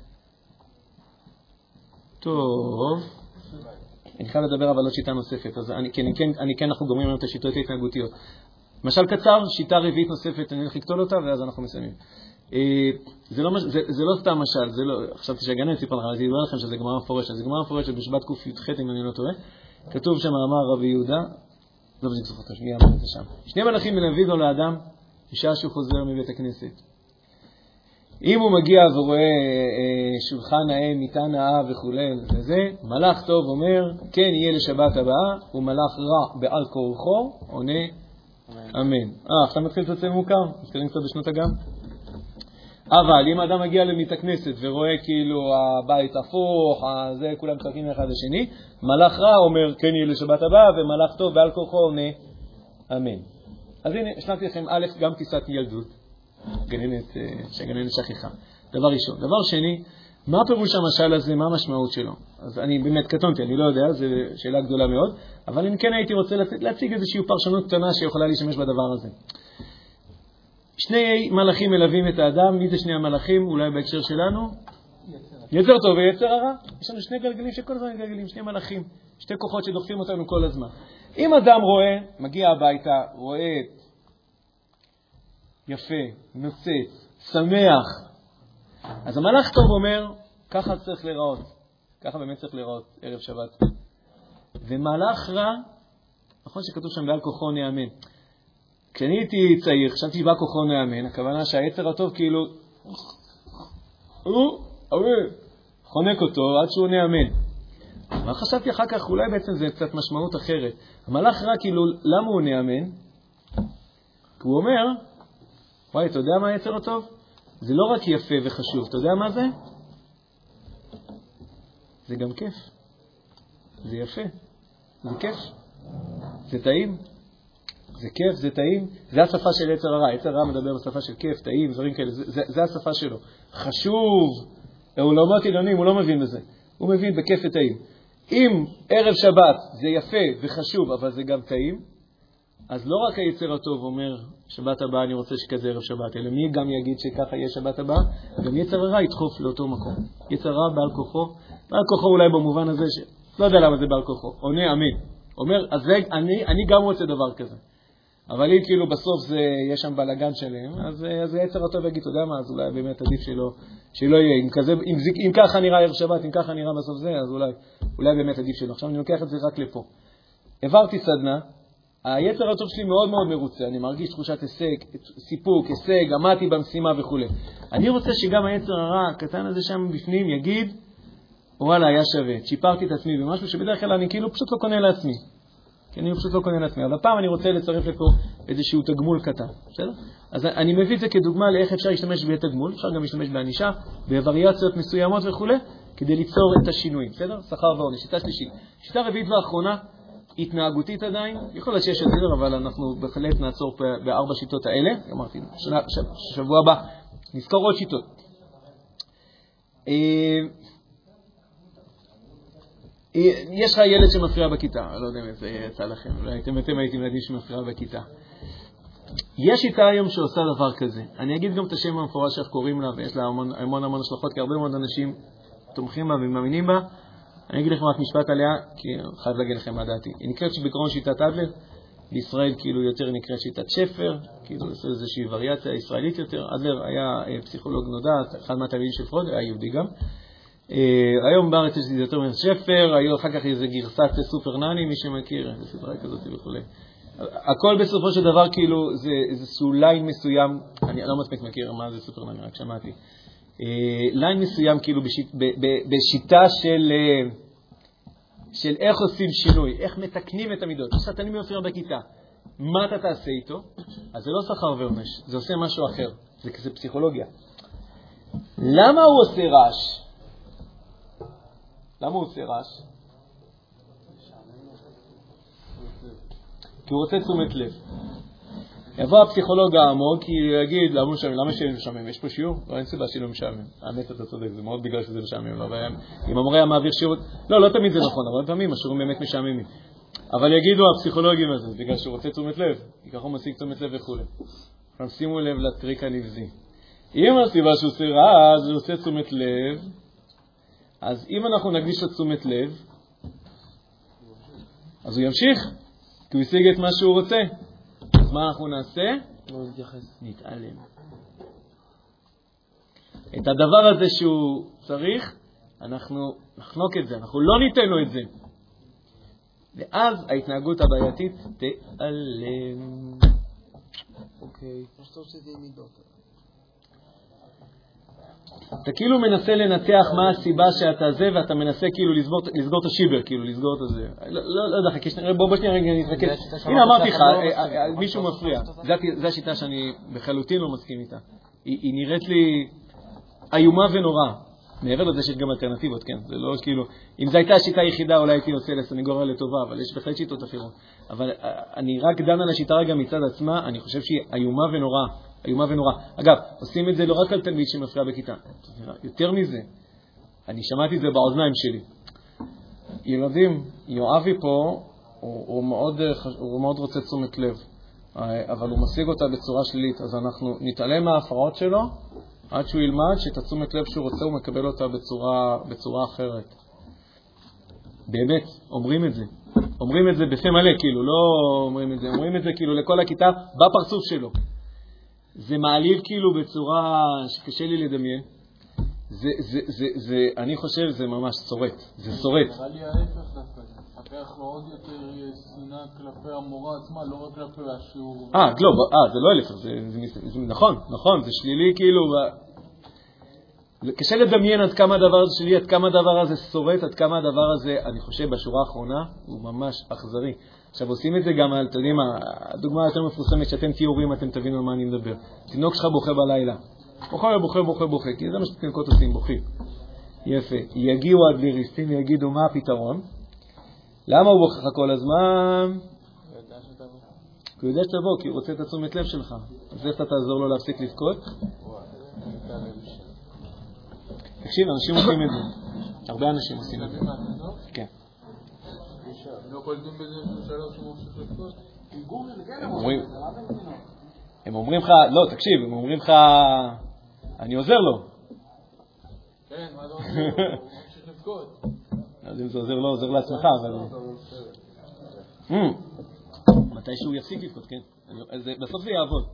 טוב. אני חייב לדבר אבל עוד שיטה נוספת, אז אנחנו גומרים היום את השיטות ההתנהגותיות. משל קצר, שיטה רביעית נוספת, אני הולך לקטול אותה ואז אנחנו מסיימים. זה לא סתם משל, חשבתי שהגננת סיפרה לכם, אז היא אומר לכם שזה גמרא מפורשת, זה גמרא מפורשת בשבת ק"ח אם אני לא טועה. כתוב שם אמר רבי יהודה, לא בדיוק זוכר אותה, שנייה אמר את זה שם. שני מלאכים מלווים לו לאדם בשעה שהוא חוזר מבית הכנסת. אם הוא מגיע ורואה שולחן נאה, מיטה נאה וכו' וזה, מלאך טוב אומר, כן יהיה לשבת הבאה, ומלאך רע בעל כורחו, עונה אמן. עכשיו מתחיל לצאת מוכר, מתחילים קצת בשנות אגם. אבל אם האדם מגיע לבית הכנסת ורואה כאילו הבית הפוך, זה כולם צועקים אחד לשני, מלאך רע אומר, כן יהיה לשבת הבאה, ומלאך טוב בעל כורחו עונה אמן. אז הנה, השלמתי לכם א', גם טיסת ילדות, שגננת שכיחה. דבר ראשון. דבר שני, מה פירוש המשל הזה, מה המשמעות שלו? אז אני באמת קטונתי, אני לא יודע, זו שאלה גדולה מאוד, אבל אם כן הייתי רוצה להציג איזושהי פרשנות קטנה שיכולה להשתמש בדבר הזה. שני מלאכים מלווים את האדם, מי זה שני המלאכים? אולי בהקשר שלנו? יצר טוב ויצר הרע. יש לנו שני גלגלים שכל הזמן גלגלים, שני מלאכים, שתי כוחות שדוחפים אותנו כל הזמן. אם אדם רואה, מגיע הביתה, רואה יפה, נוצץ, שמח, אז המלאך טוב אומר, ככה צריך להיראות. ככה באמת צריך להיראות ערב שבת. ומלאך רע, נכון שכתוב שם בעל כוחו נאמן. כשאני הייתי צעיר, חשבתי שבעל כוחו נאמן, הכוונה שהיצר הטוב כאילו, חונק אותו עד שהוא נאמן. אבל חשבתי אחר כך, אולי בעצם זה קצת משמעות אחרת. המלאך רע כאילו, למה הוא נאמן? כי הוא אומר, וואי, אתה יודע מה היצר הטוב? זה לא רק יפה וחשוב, אתה יודע מה זה? זה גם כיף. זה יפה. זה כיף. זה טעים. זה כיף, זה טעים. זה השפה של יצר הרע. יצר הרע מדבר בשפה של כיף, טעים, דברים כאלה. זה השפה שלו. חשוב. הוא לא אומר עליונים, הוא לא מבין בזה. הוא מבין בכיף וטעים. אם ערב שבת זה יפה וחשוב, אבל זה גם טעים, אז לא רק היצר הטוב אומר, שבת הבאה אני רוצה שכזה ערב שבת, אלא מי גם יגיד שככה יהיה שבת הבאה? גם יצר הרע ידחוף לאותו מקום. יצר הרע בעל כוחו, בעל כוחו אולי במובן הזה לא יודע למה זה בעל כוחו, עונה אמן. אומר, אז אני גם רוצה דבר כזה. אבל אם כאילו בסוף יש שם בלגן שלהם, אז היצר הטוב יגיד, אתה יודע מה, אז אולי באמת עדיף שלא יהיה. אם ככה נראה ערב שבת, אם ככה נראה בסוף זה, אז אולי באמת עדיף שלא. עכשיו אני לוקח את זה רק לפה. העברתי סדנה, היצר הטוב שלי מאוד מאוד מרוצה, אני מרגיש תחושת הישג, סיפוק, הישג, עמדתי במשימה וכו'. אני רוצה שגם היצר הרע הקטן הזה שם בפנים יגיד, וואלה, היה שווה, שיפרתי את עצמי במשהו שבדרך כלל אני כאילו פשוט לא קונה לעצמי. כי אני פשוט לא קונה לעצמי. אבל הפעם אני רוצה לצרף לפה איזשהו תגמול קטן. בסדר? אז אני מביא את זה כדוגמה לאיך אפשר להשתמש בתגמול, אפשר גם להשתמש בענישה, בווריאציות מסוימות וכו', כדי ליצור את השינויים. בסדר? שכר ועונש. שיטה שלישית. שיטה רביעית ואחרונה, התנהגותית עדיין, יכול להיות שיש יותר, אבל אנחנו בהחלט נעצור בארבע שיטות האלה. אמרתי, שבוע הבא נזכור עוד שיטות. יש לך ילד שמפריע בכיתה, לא יודע אם זה יצא לכם, אולי אתם הייתם ילדים שמפריע בכיתה. יש שיטה היום שעושה דבר כזה. אני אגיד גם את השם המפורש שאנחנו קוראים לה, ויש לה המון השלכות, כי הרבה מאוד אנשים תומכים בה ומאמינים בה. אני אגיד לכם רק משפט עליה, כי אני חייב להגיד לכם מה דעתי. היא נקראת שבקרון שיטת אדלר, בישראל כאילו יותר נקראת שיטת שפר, כאילו לעשות איזושהי וריאציה ישראלית יותר. אדלר היה פסיכולוג נודע, אחד מהתלמידים של פרויד, היה יהודי גם. היום בארץ יש יותר שפר, היום אחר כך איזה גרסת סופר נני, מי שמכיר, איזה סדרה כזאת וכו'. הכל בסופו של דבר כאילו זה איזשהו ליין מסוים, אני לא מספיק מכיר מה זה סופר נני, רק שמעתי. ליין מסוים כאילו בשיטה של איך עושים שינוי, איך מתקנים את המידות. כשאתה מופיע בכיתה, מה אתה תעשה איתו? אז זה לא שכר ועונש, זה עושה משהו אחר, זה פסיכולוגיה. למה הוא עושה רעש? למה הוא עושה רעש? כי הוא רוצה תשומת לב. יבוא הפסיכולוג העמוק, כי הוא יגיד, למה שאני משעמם? יש פה שיעור? לא, אין סיבה שלא משעמם. האמת, אתה צודק, זה מאוד בגלל שזה משעמם. אם המורה היה מעביר שיעור, לא תמיד זה נכון, אבל פעמים השיעורים באמת משעממים. אבל יגידו הפסיכולוגים הזה, בגלל שהוא רוצה תשומת לב, כי ככה הוא משיג תשומת לב וכו'. אבל שימו לב לטריק הנבזי. אם הסיבה שהוא עושה רעש, הוא עושה תשומת לב, אז אם אנחנו נקדיש לתשומת לב, אז הוא ימשיך, כי הוא ישיג את מה שהוא רוצה. אז מה אנחנו נעשה? לא נתייחס. נתעלם. את הדבר הזה שהוא צריך, אנחנו נחנוק את זה, אנחנו לא ניתן לו את זה. ואז ההתנהגות הבעייתית תיעלם. אוקיי. מה שאתה עושה זה מידות. אתה כאילו מנסה לנתח מה הסיבה שאתה זה, ואתה מנסה כאילו לסגור את השיבר, כאילו לסגור את זה. לא יודע, בוא שנייה רגע נתרכז. הנה אמרתי לך, מישהו מפריע. זו השיטה שאני בחלוטין לא מסכים איתה. היא נראית לי איומה ונורא. מעבר לזה שיש גם אלטרנטיבות, כן. זה לא כאילו, אם זו הייתה השיטה היחידה, אולי הייתי עושה לסניגוריה לטובה, אבל יש בהחלט שיטות אחרות. אבל אני רק דן על השיטה רגע מצד עצמה, אני חושב שהיא איומה ונורא. איומה ונורא. אגב, עושים את זה לא רק על תלמיד שמפריע בכיתה. יותר מזה, אני שמעתי את זה באוזניים שלי. ילדים, יואבי פה, הוא מאוד רוצה תשומת לב, אבל הוא משיג אותה בצורה שלילית, אז אנחנו נתעלם מההפרעות שלו, עד שהוא ילמד שאת התשומת לב שהוא רוצה הוא מקבל אותה בצורה אחרת. באמת, אומרים את זה. אומרים את זה בפה מלא, כאילו, לא אומרים את זה. אומרים את זה כאילו לכל הכיתה בפרצוף שלו. זה מעליב כאילו בצורה שקשה לי לדמיין. אני חושב זה ממש צורט. זה צורט. נראה לי ההפך דווקא. הפך לו עוד יותר שנאה כלפי המורה עצמה, לא רק כלפי השיעור. זה לא אלף, זה נכון, זה שלילי כאילו. קשה לדמיין עד כמה הדבר הזה שלי, עד כמה הדבר הזה שורט, עד כמה הדבר הזה, אני חושב, בשורה האחרונה, הוא ממש אכזרי. עכשיו, עושים את זה גם על, אתם יודעים, הדוגמה היותר מפורסמת, שאתם תיאורים, אתם תבינו על מה אני מדבר. תינוק שלך בוכה בלילה. בוכה, כי זה מה שתינוקות עושים, בוכים. יפה. יגיעו הדליריסטים ויגידו, מה הפתרון? למה הוא בוכה כל הזמן? כי הוא יודע שתבוא, כי הוא רוצה את התשומת לב שלך. אז איך אתה תעזור לו להפסיק לבכות? תקשיב, אנשים עושים את זה. הרבה אנשים עושים את זה. כן. לא קולטים בזה שלוש שהוא ממשיך לבכות? הם אומרים לך, לא, תקשיב, הם אומרים לך, אני עוזר לו. כן, מה זה עוזר לו? הוא ממשיך לבכות. אז אם זה עוזר לו, עוזר לעצמך, אבל... מתי שהוא יפסיק לבכות, כן? בסוף זה יעבוד.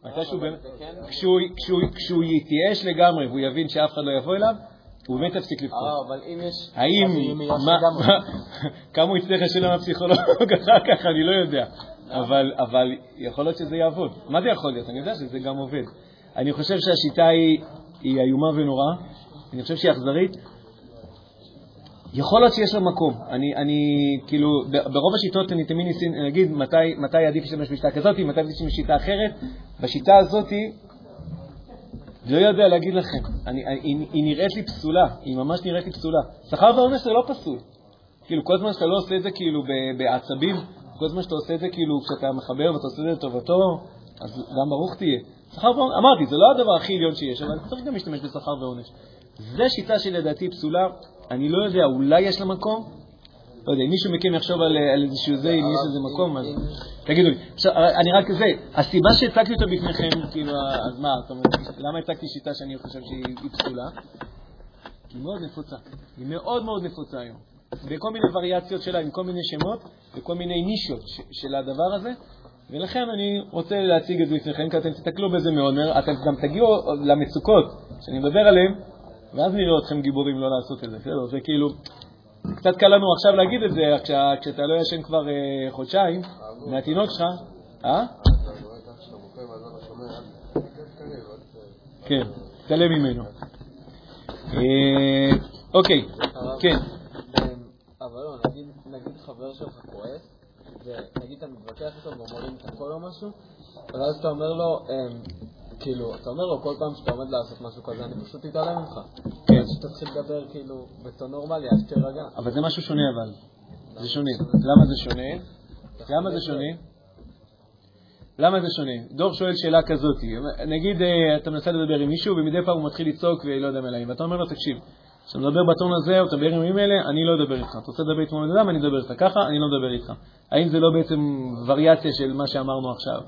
כשהוא יתייאש לגמרי והוא יבין שאף אחד לא יבוא אליו, הוא באמת יפסיק לבכות. אבל אם יש... האם... כמה הוא יצטרך לשלם הפסיכולוג אחר כך, אני לא יודע. אבל יכול להיות שזה יעבוד. מה זה יכול להיות? אני יודע שזה גם עובד. אני חושב שהשיטה היא איומה ונוראה. אני חושב שהיא אכזרית. יכול להיות שיש לה מקום. אני כאילו, ברוב השיטות אני תמיד נגיד מתי עדיף להשתמש בשיטה כזאת, מתי עדיף להשתמש בשיטה אחרת. בשיטה הזאת, לא יודע להגיד לכם. היא נראית לי פסולה. היא ממש נראית לי פסולה. שכר ועונש זה לא פסול. כאילו, כל זמן שאתה לא עושה את זה כאילו בעצבים, כל זמן שאתה עושה את זה כאילו כשאתה מחבר ואתה עושה את זה לטובתו, אז גם ברוך תהיה. שכר ועונש, אמרתי, זה לא הדבר הכי עליון שיש, אבל צריך גם להשתמש בשכר ועונש. זו שיטה שלדעתי פסולה. אני לא יודע, אולי יש לה מקום? לא יודע, אם מישהו מכם יחשוב על איזשהו זה, אם יש לזה מקום, אז תגידו לי. אני רק זה, הסיבה שהצגתי אותה בפניכם, כאילו, אז מה, למה הצגתי שיטה שאני חושב שהיא פסולה? כי היא מאוד נפוצה. היא מאוד מאוד נפוצה היום. בכל מיני וריאציות שלה, עם כל מיני שמות, וכל מיני נישות של הדבר הזה, ולכן אני רוצה להציג את זה בפניכם, כי אתם תתקלו בזה מאוד, אתם גם תגיעו למצוקות שאני מדבר עליהן, ואז נראה אתכם גיבורים לא לעשות את זה. זה כאילו, קצת קל לנו עכשיו להגיד את זה, כשאתה לא ישן כבר חודשיים, מהתינוק שלך, כן, תעלה ממנו. אוקיי, כן. אבל לא, נגיד חבר שלך כועס, ונגיד אתה מתווכח איתו ואומרים את הכל או משהו, ואז אתה אומר לו, כאילו, אתה אומר לו כל פעם שאתה עומד לעשות משהו כזה, אני פשוט אתעלם ממך. כן. אז שאתה תתחיל לדבר כאילו בטון נורמלי, אז תרגע. אבל זה משהו שונה אבל. זה שונה. למה זה שונה? למה זה שונה? דור שואל שאלה כזאת. נגיד, אתה מנסה לדבר עם מישהו, ומדי פעם הוא מתחיל לצעוק ולא יודע מלאים. ואתה אומר לו, תקשיב, כשאתה מדבר בטון הזה, או אתה מדבר עם אלה, אני לא אדבר איתך. אתה רוצה לדבר איתך בן אדם, אני אדבר איתך ככה, אני לא מדבר איתך. האם זה לא בעצם וריאציה של מה שאמרנו עכשיו?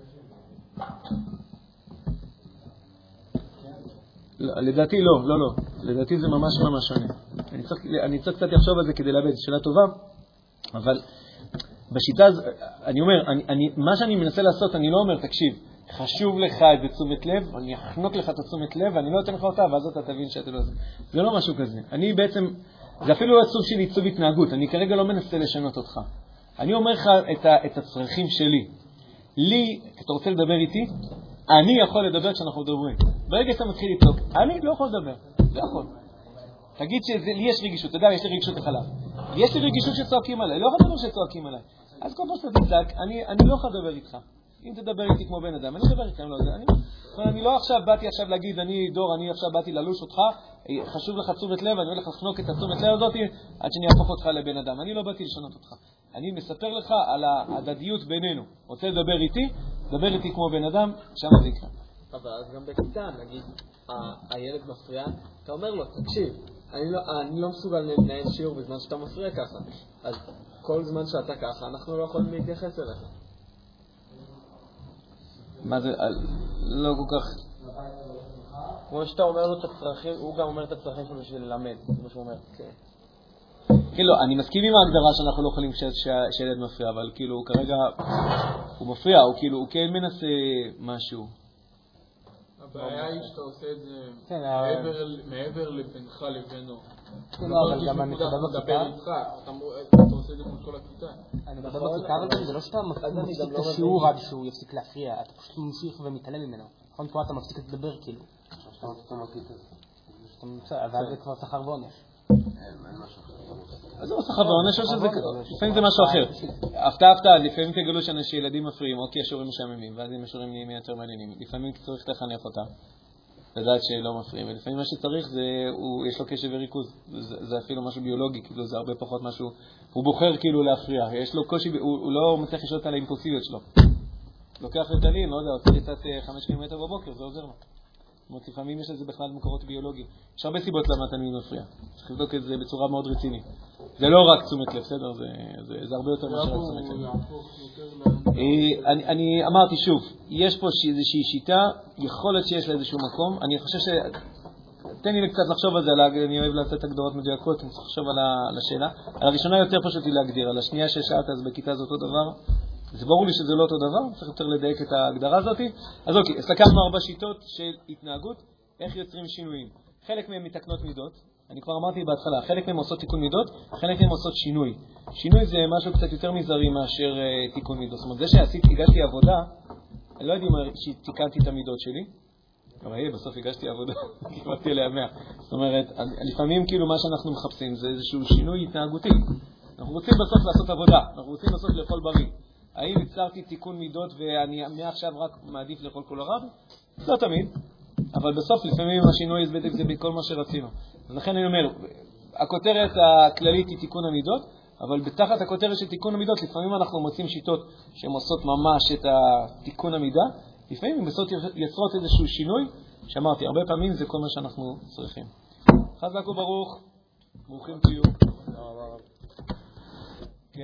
לדעתי לא. לדעתי זה ממש שונה. אני צריך קצת לחשוב על זה כדי להבין. שאלה טובה, אבל בשיטה, אני אומר, מה שאני מנסה לעשות, אני לא אומר, תקשיב, חשוב לך את תשומת לב, אני אחנוק לך את תשומת לב, ואני לא אתן לך אותה, ואז אתה תבין שאתה לא עושה. זה לא משהו כזה. אני בעצם, זה אפילו לא עצוב שלי עיצוב התנהגות, אני כרגע לא מנסה לשנות אותך. אני אומר לך את הצרכים שלי. לי, אתה רוצה לדבר איתי? אני יכול לדבר כשאנחנו מדברים. ברגע שאתה מתחיל לצעוק, אני לא יכול לדבר. לא יכול. תגיד שלי יש רגישות, אתה יודע, יש לי רגישות לחלב. יש לי רגישות שצועקים עליי, לא יכול לדבר שצועקים עליי. אז כל פעם שאתה תצעק, אני לא יכול לדבר איתך. אם תדבר איתי כמו בן אדם, אני אדבר איתך, אני לא עכשיו באתי להגיד, אני עכשיו באתי ללוש אותך, חשוב לך תשומת לב, אני הולך לחנוק את התשומת לב הזאת עד שאני אהפוך אותך לבן אדם. אני לא באתי לשנות אותך. אני מספר לך על ההדדיות בינינו. רוצה לדבר איתי, דבר איתי כמו בן אדם, שם זה יקרה. אבל אז גם בכיתה, נגיד, הילד מפריע, אתה אומר לו, תקשיב, אני לא מסוגל לנהל שיעור בזמן שאתה מפריע ככה. אז כל זמן שאתה ככה, אנחנו לא יכולים להתייחס אליך. מה זה? לא כל כך... כמו שאתה אומר לו את הצרכים, הוא גם אומר את הצרכים שלו בשביל ללמד, זה מה שהוא אומר. כאילו, אני מסכים עם ההגדרה שאנחנו לא יכולים כשילד מפריע, אבל כאילו, כרגע הוא מפריע, הוא כאילו, הוא כן מנסה משהו. הבעיה היא שאתה עושה את זה מעבר לבינך לבינו. אבל גם אני מדבר בכיתה. אתה עושה את זה מול כל הכיתה. אני מדבר בכיתה, אבל זה לא שאתה מפסיק את השיעור עד שהוא יפסיק להפריע, אתה פשוט ממשיך ומתעלם ממנו. נכון, פה אתה מפסיק לדבר כאילו. ואז זה כבר שכר ועונש. אז זה לא שכר ועונש, לפעמים זה משהו אחר. הפתעה, לפעמים תגלו שילדים מפריעים, או כי השיעורים משעממים, ואז אם השיעורים נהיים יותר מעניינים. לפעמים צריך לחנך אותם, לדעת שלא מפריעים, ולפעמים מה שצריך זה, יש לו קשב וריכוז. זה אפילו משהו ביולוגי, כאילו זה הרבה פחות משהו, הוא בוחר כאילו להפריע, יש לו קושי, הוא לא מצליח לשלוט על האימפולסיביות שלו. לוקח ריטלין, לא יודע, עושה ריצת 5 קילומטר בבוקר, זה עוזר לו. זאת אומרת, לפעמים יש לזה בכלל מקורות ביולוגיים. יש הרבה סיבות למה התלמיד מפריע. צריך לבדוק את זה בצורה מאוד רצינית. זה לא רק תשומת לב, בסדר? זה הרבה יותר מאשר רק תשומת לב. אני אמרתי שוב, יש פה איזושהי שיטה, יכול להיות שיש לה איזשהו מקום. אני חושב תן לי קצת לחשוב על זה, אני אוהב לתת הגדרות מדויקות, אני צריך לחשוב על השאלה. על הראשונה יותר פשוט היא להגדיר, על השנייה ששאלת אז בכיתה זה אותו דבר. זה ברור לי שזה לא אותו דבר, צריך יותר לדייק את ההגדרה הזאת. אז אוקיי, הסתכלנו 4 שיטות של התנהגות, איך יוצרים שינויים. חלק מהם מתקנות מידות, אני כבר אמרתי בהתחלה, חלק מהם עושות תיקון מידות, חלק מהם עושות שינוי. שינוי זה משהו קצת יותר מזערי מאשר תיקון מידות. זאת אומרת, זה הגשתי עבודה, אני לא יודע אם שתיקנתי את המידות שלי, אבל בסוף הגשתי עבודה, קיבלתי עליה 100. זאת אומרת, לפעמים כאילו מה שאנחנו מחפשים זה איזשהו שינוי התנהגותי. אנחנו רוצים בסוף לעשות עבודה, אנחנו רוצים בסוף לאכול בריא. האם יצרתי תיקון מידות ואני מעכשיו רק מעדיף לאכול כל הרב? לא תמיד, אבל בסוף לפעמים השינוי זה בכל מה שרצינו. אז לכן אני אומר, הכותרת הכללית היא תיקון המידות, אבל בתחת הכותרת של תיקון המידות לפעמים אנחנו מוצאים שיטות שהן עושות ממש את התיקון המידה, לפעמים הן יוצרות איזשהו שינוי, שאמרתי, הרבה פעמים זה כל מה שאנחנו צריכים. חזק וברוך, ברוכים תהיו. כן,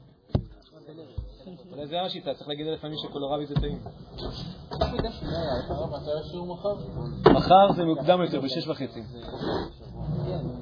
אולי זה השיטה, צריך להגיד לפעמים שקולורבי זה טעים. מתי השיעור מחר? מחר זה מוקדם יותר, ב6:30.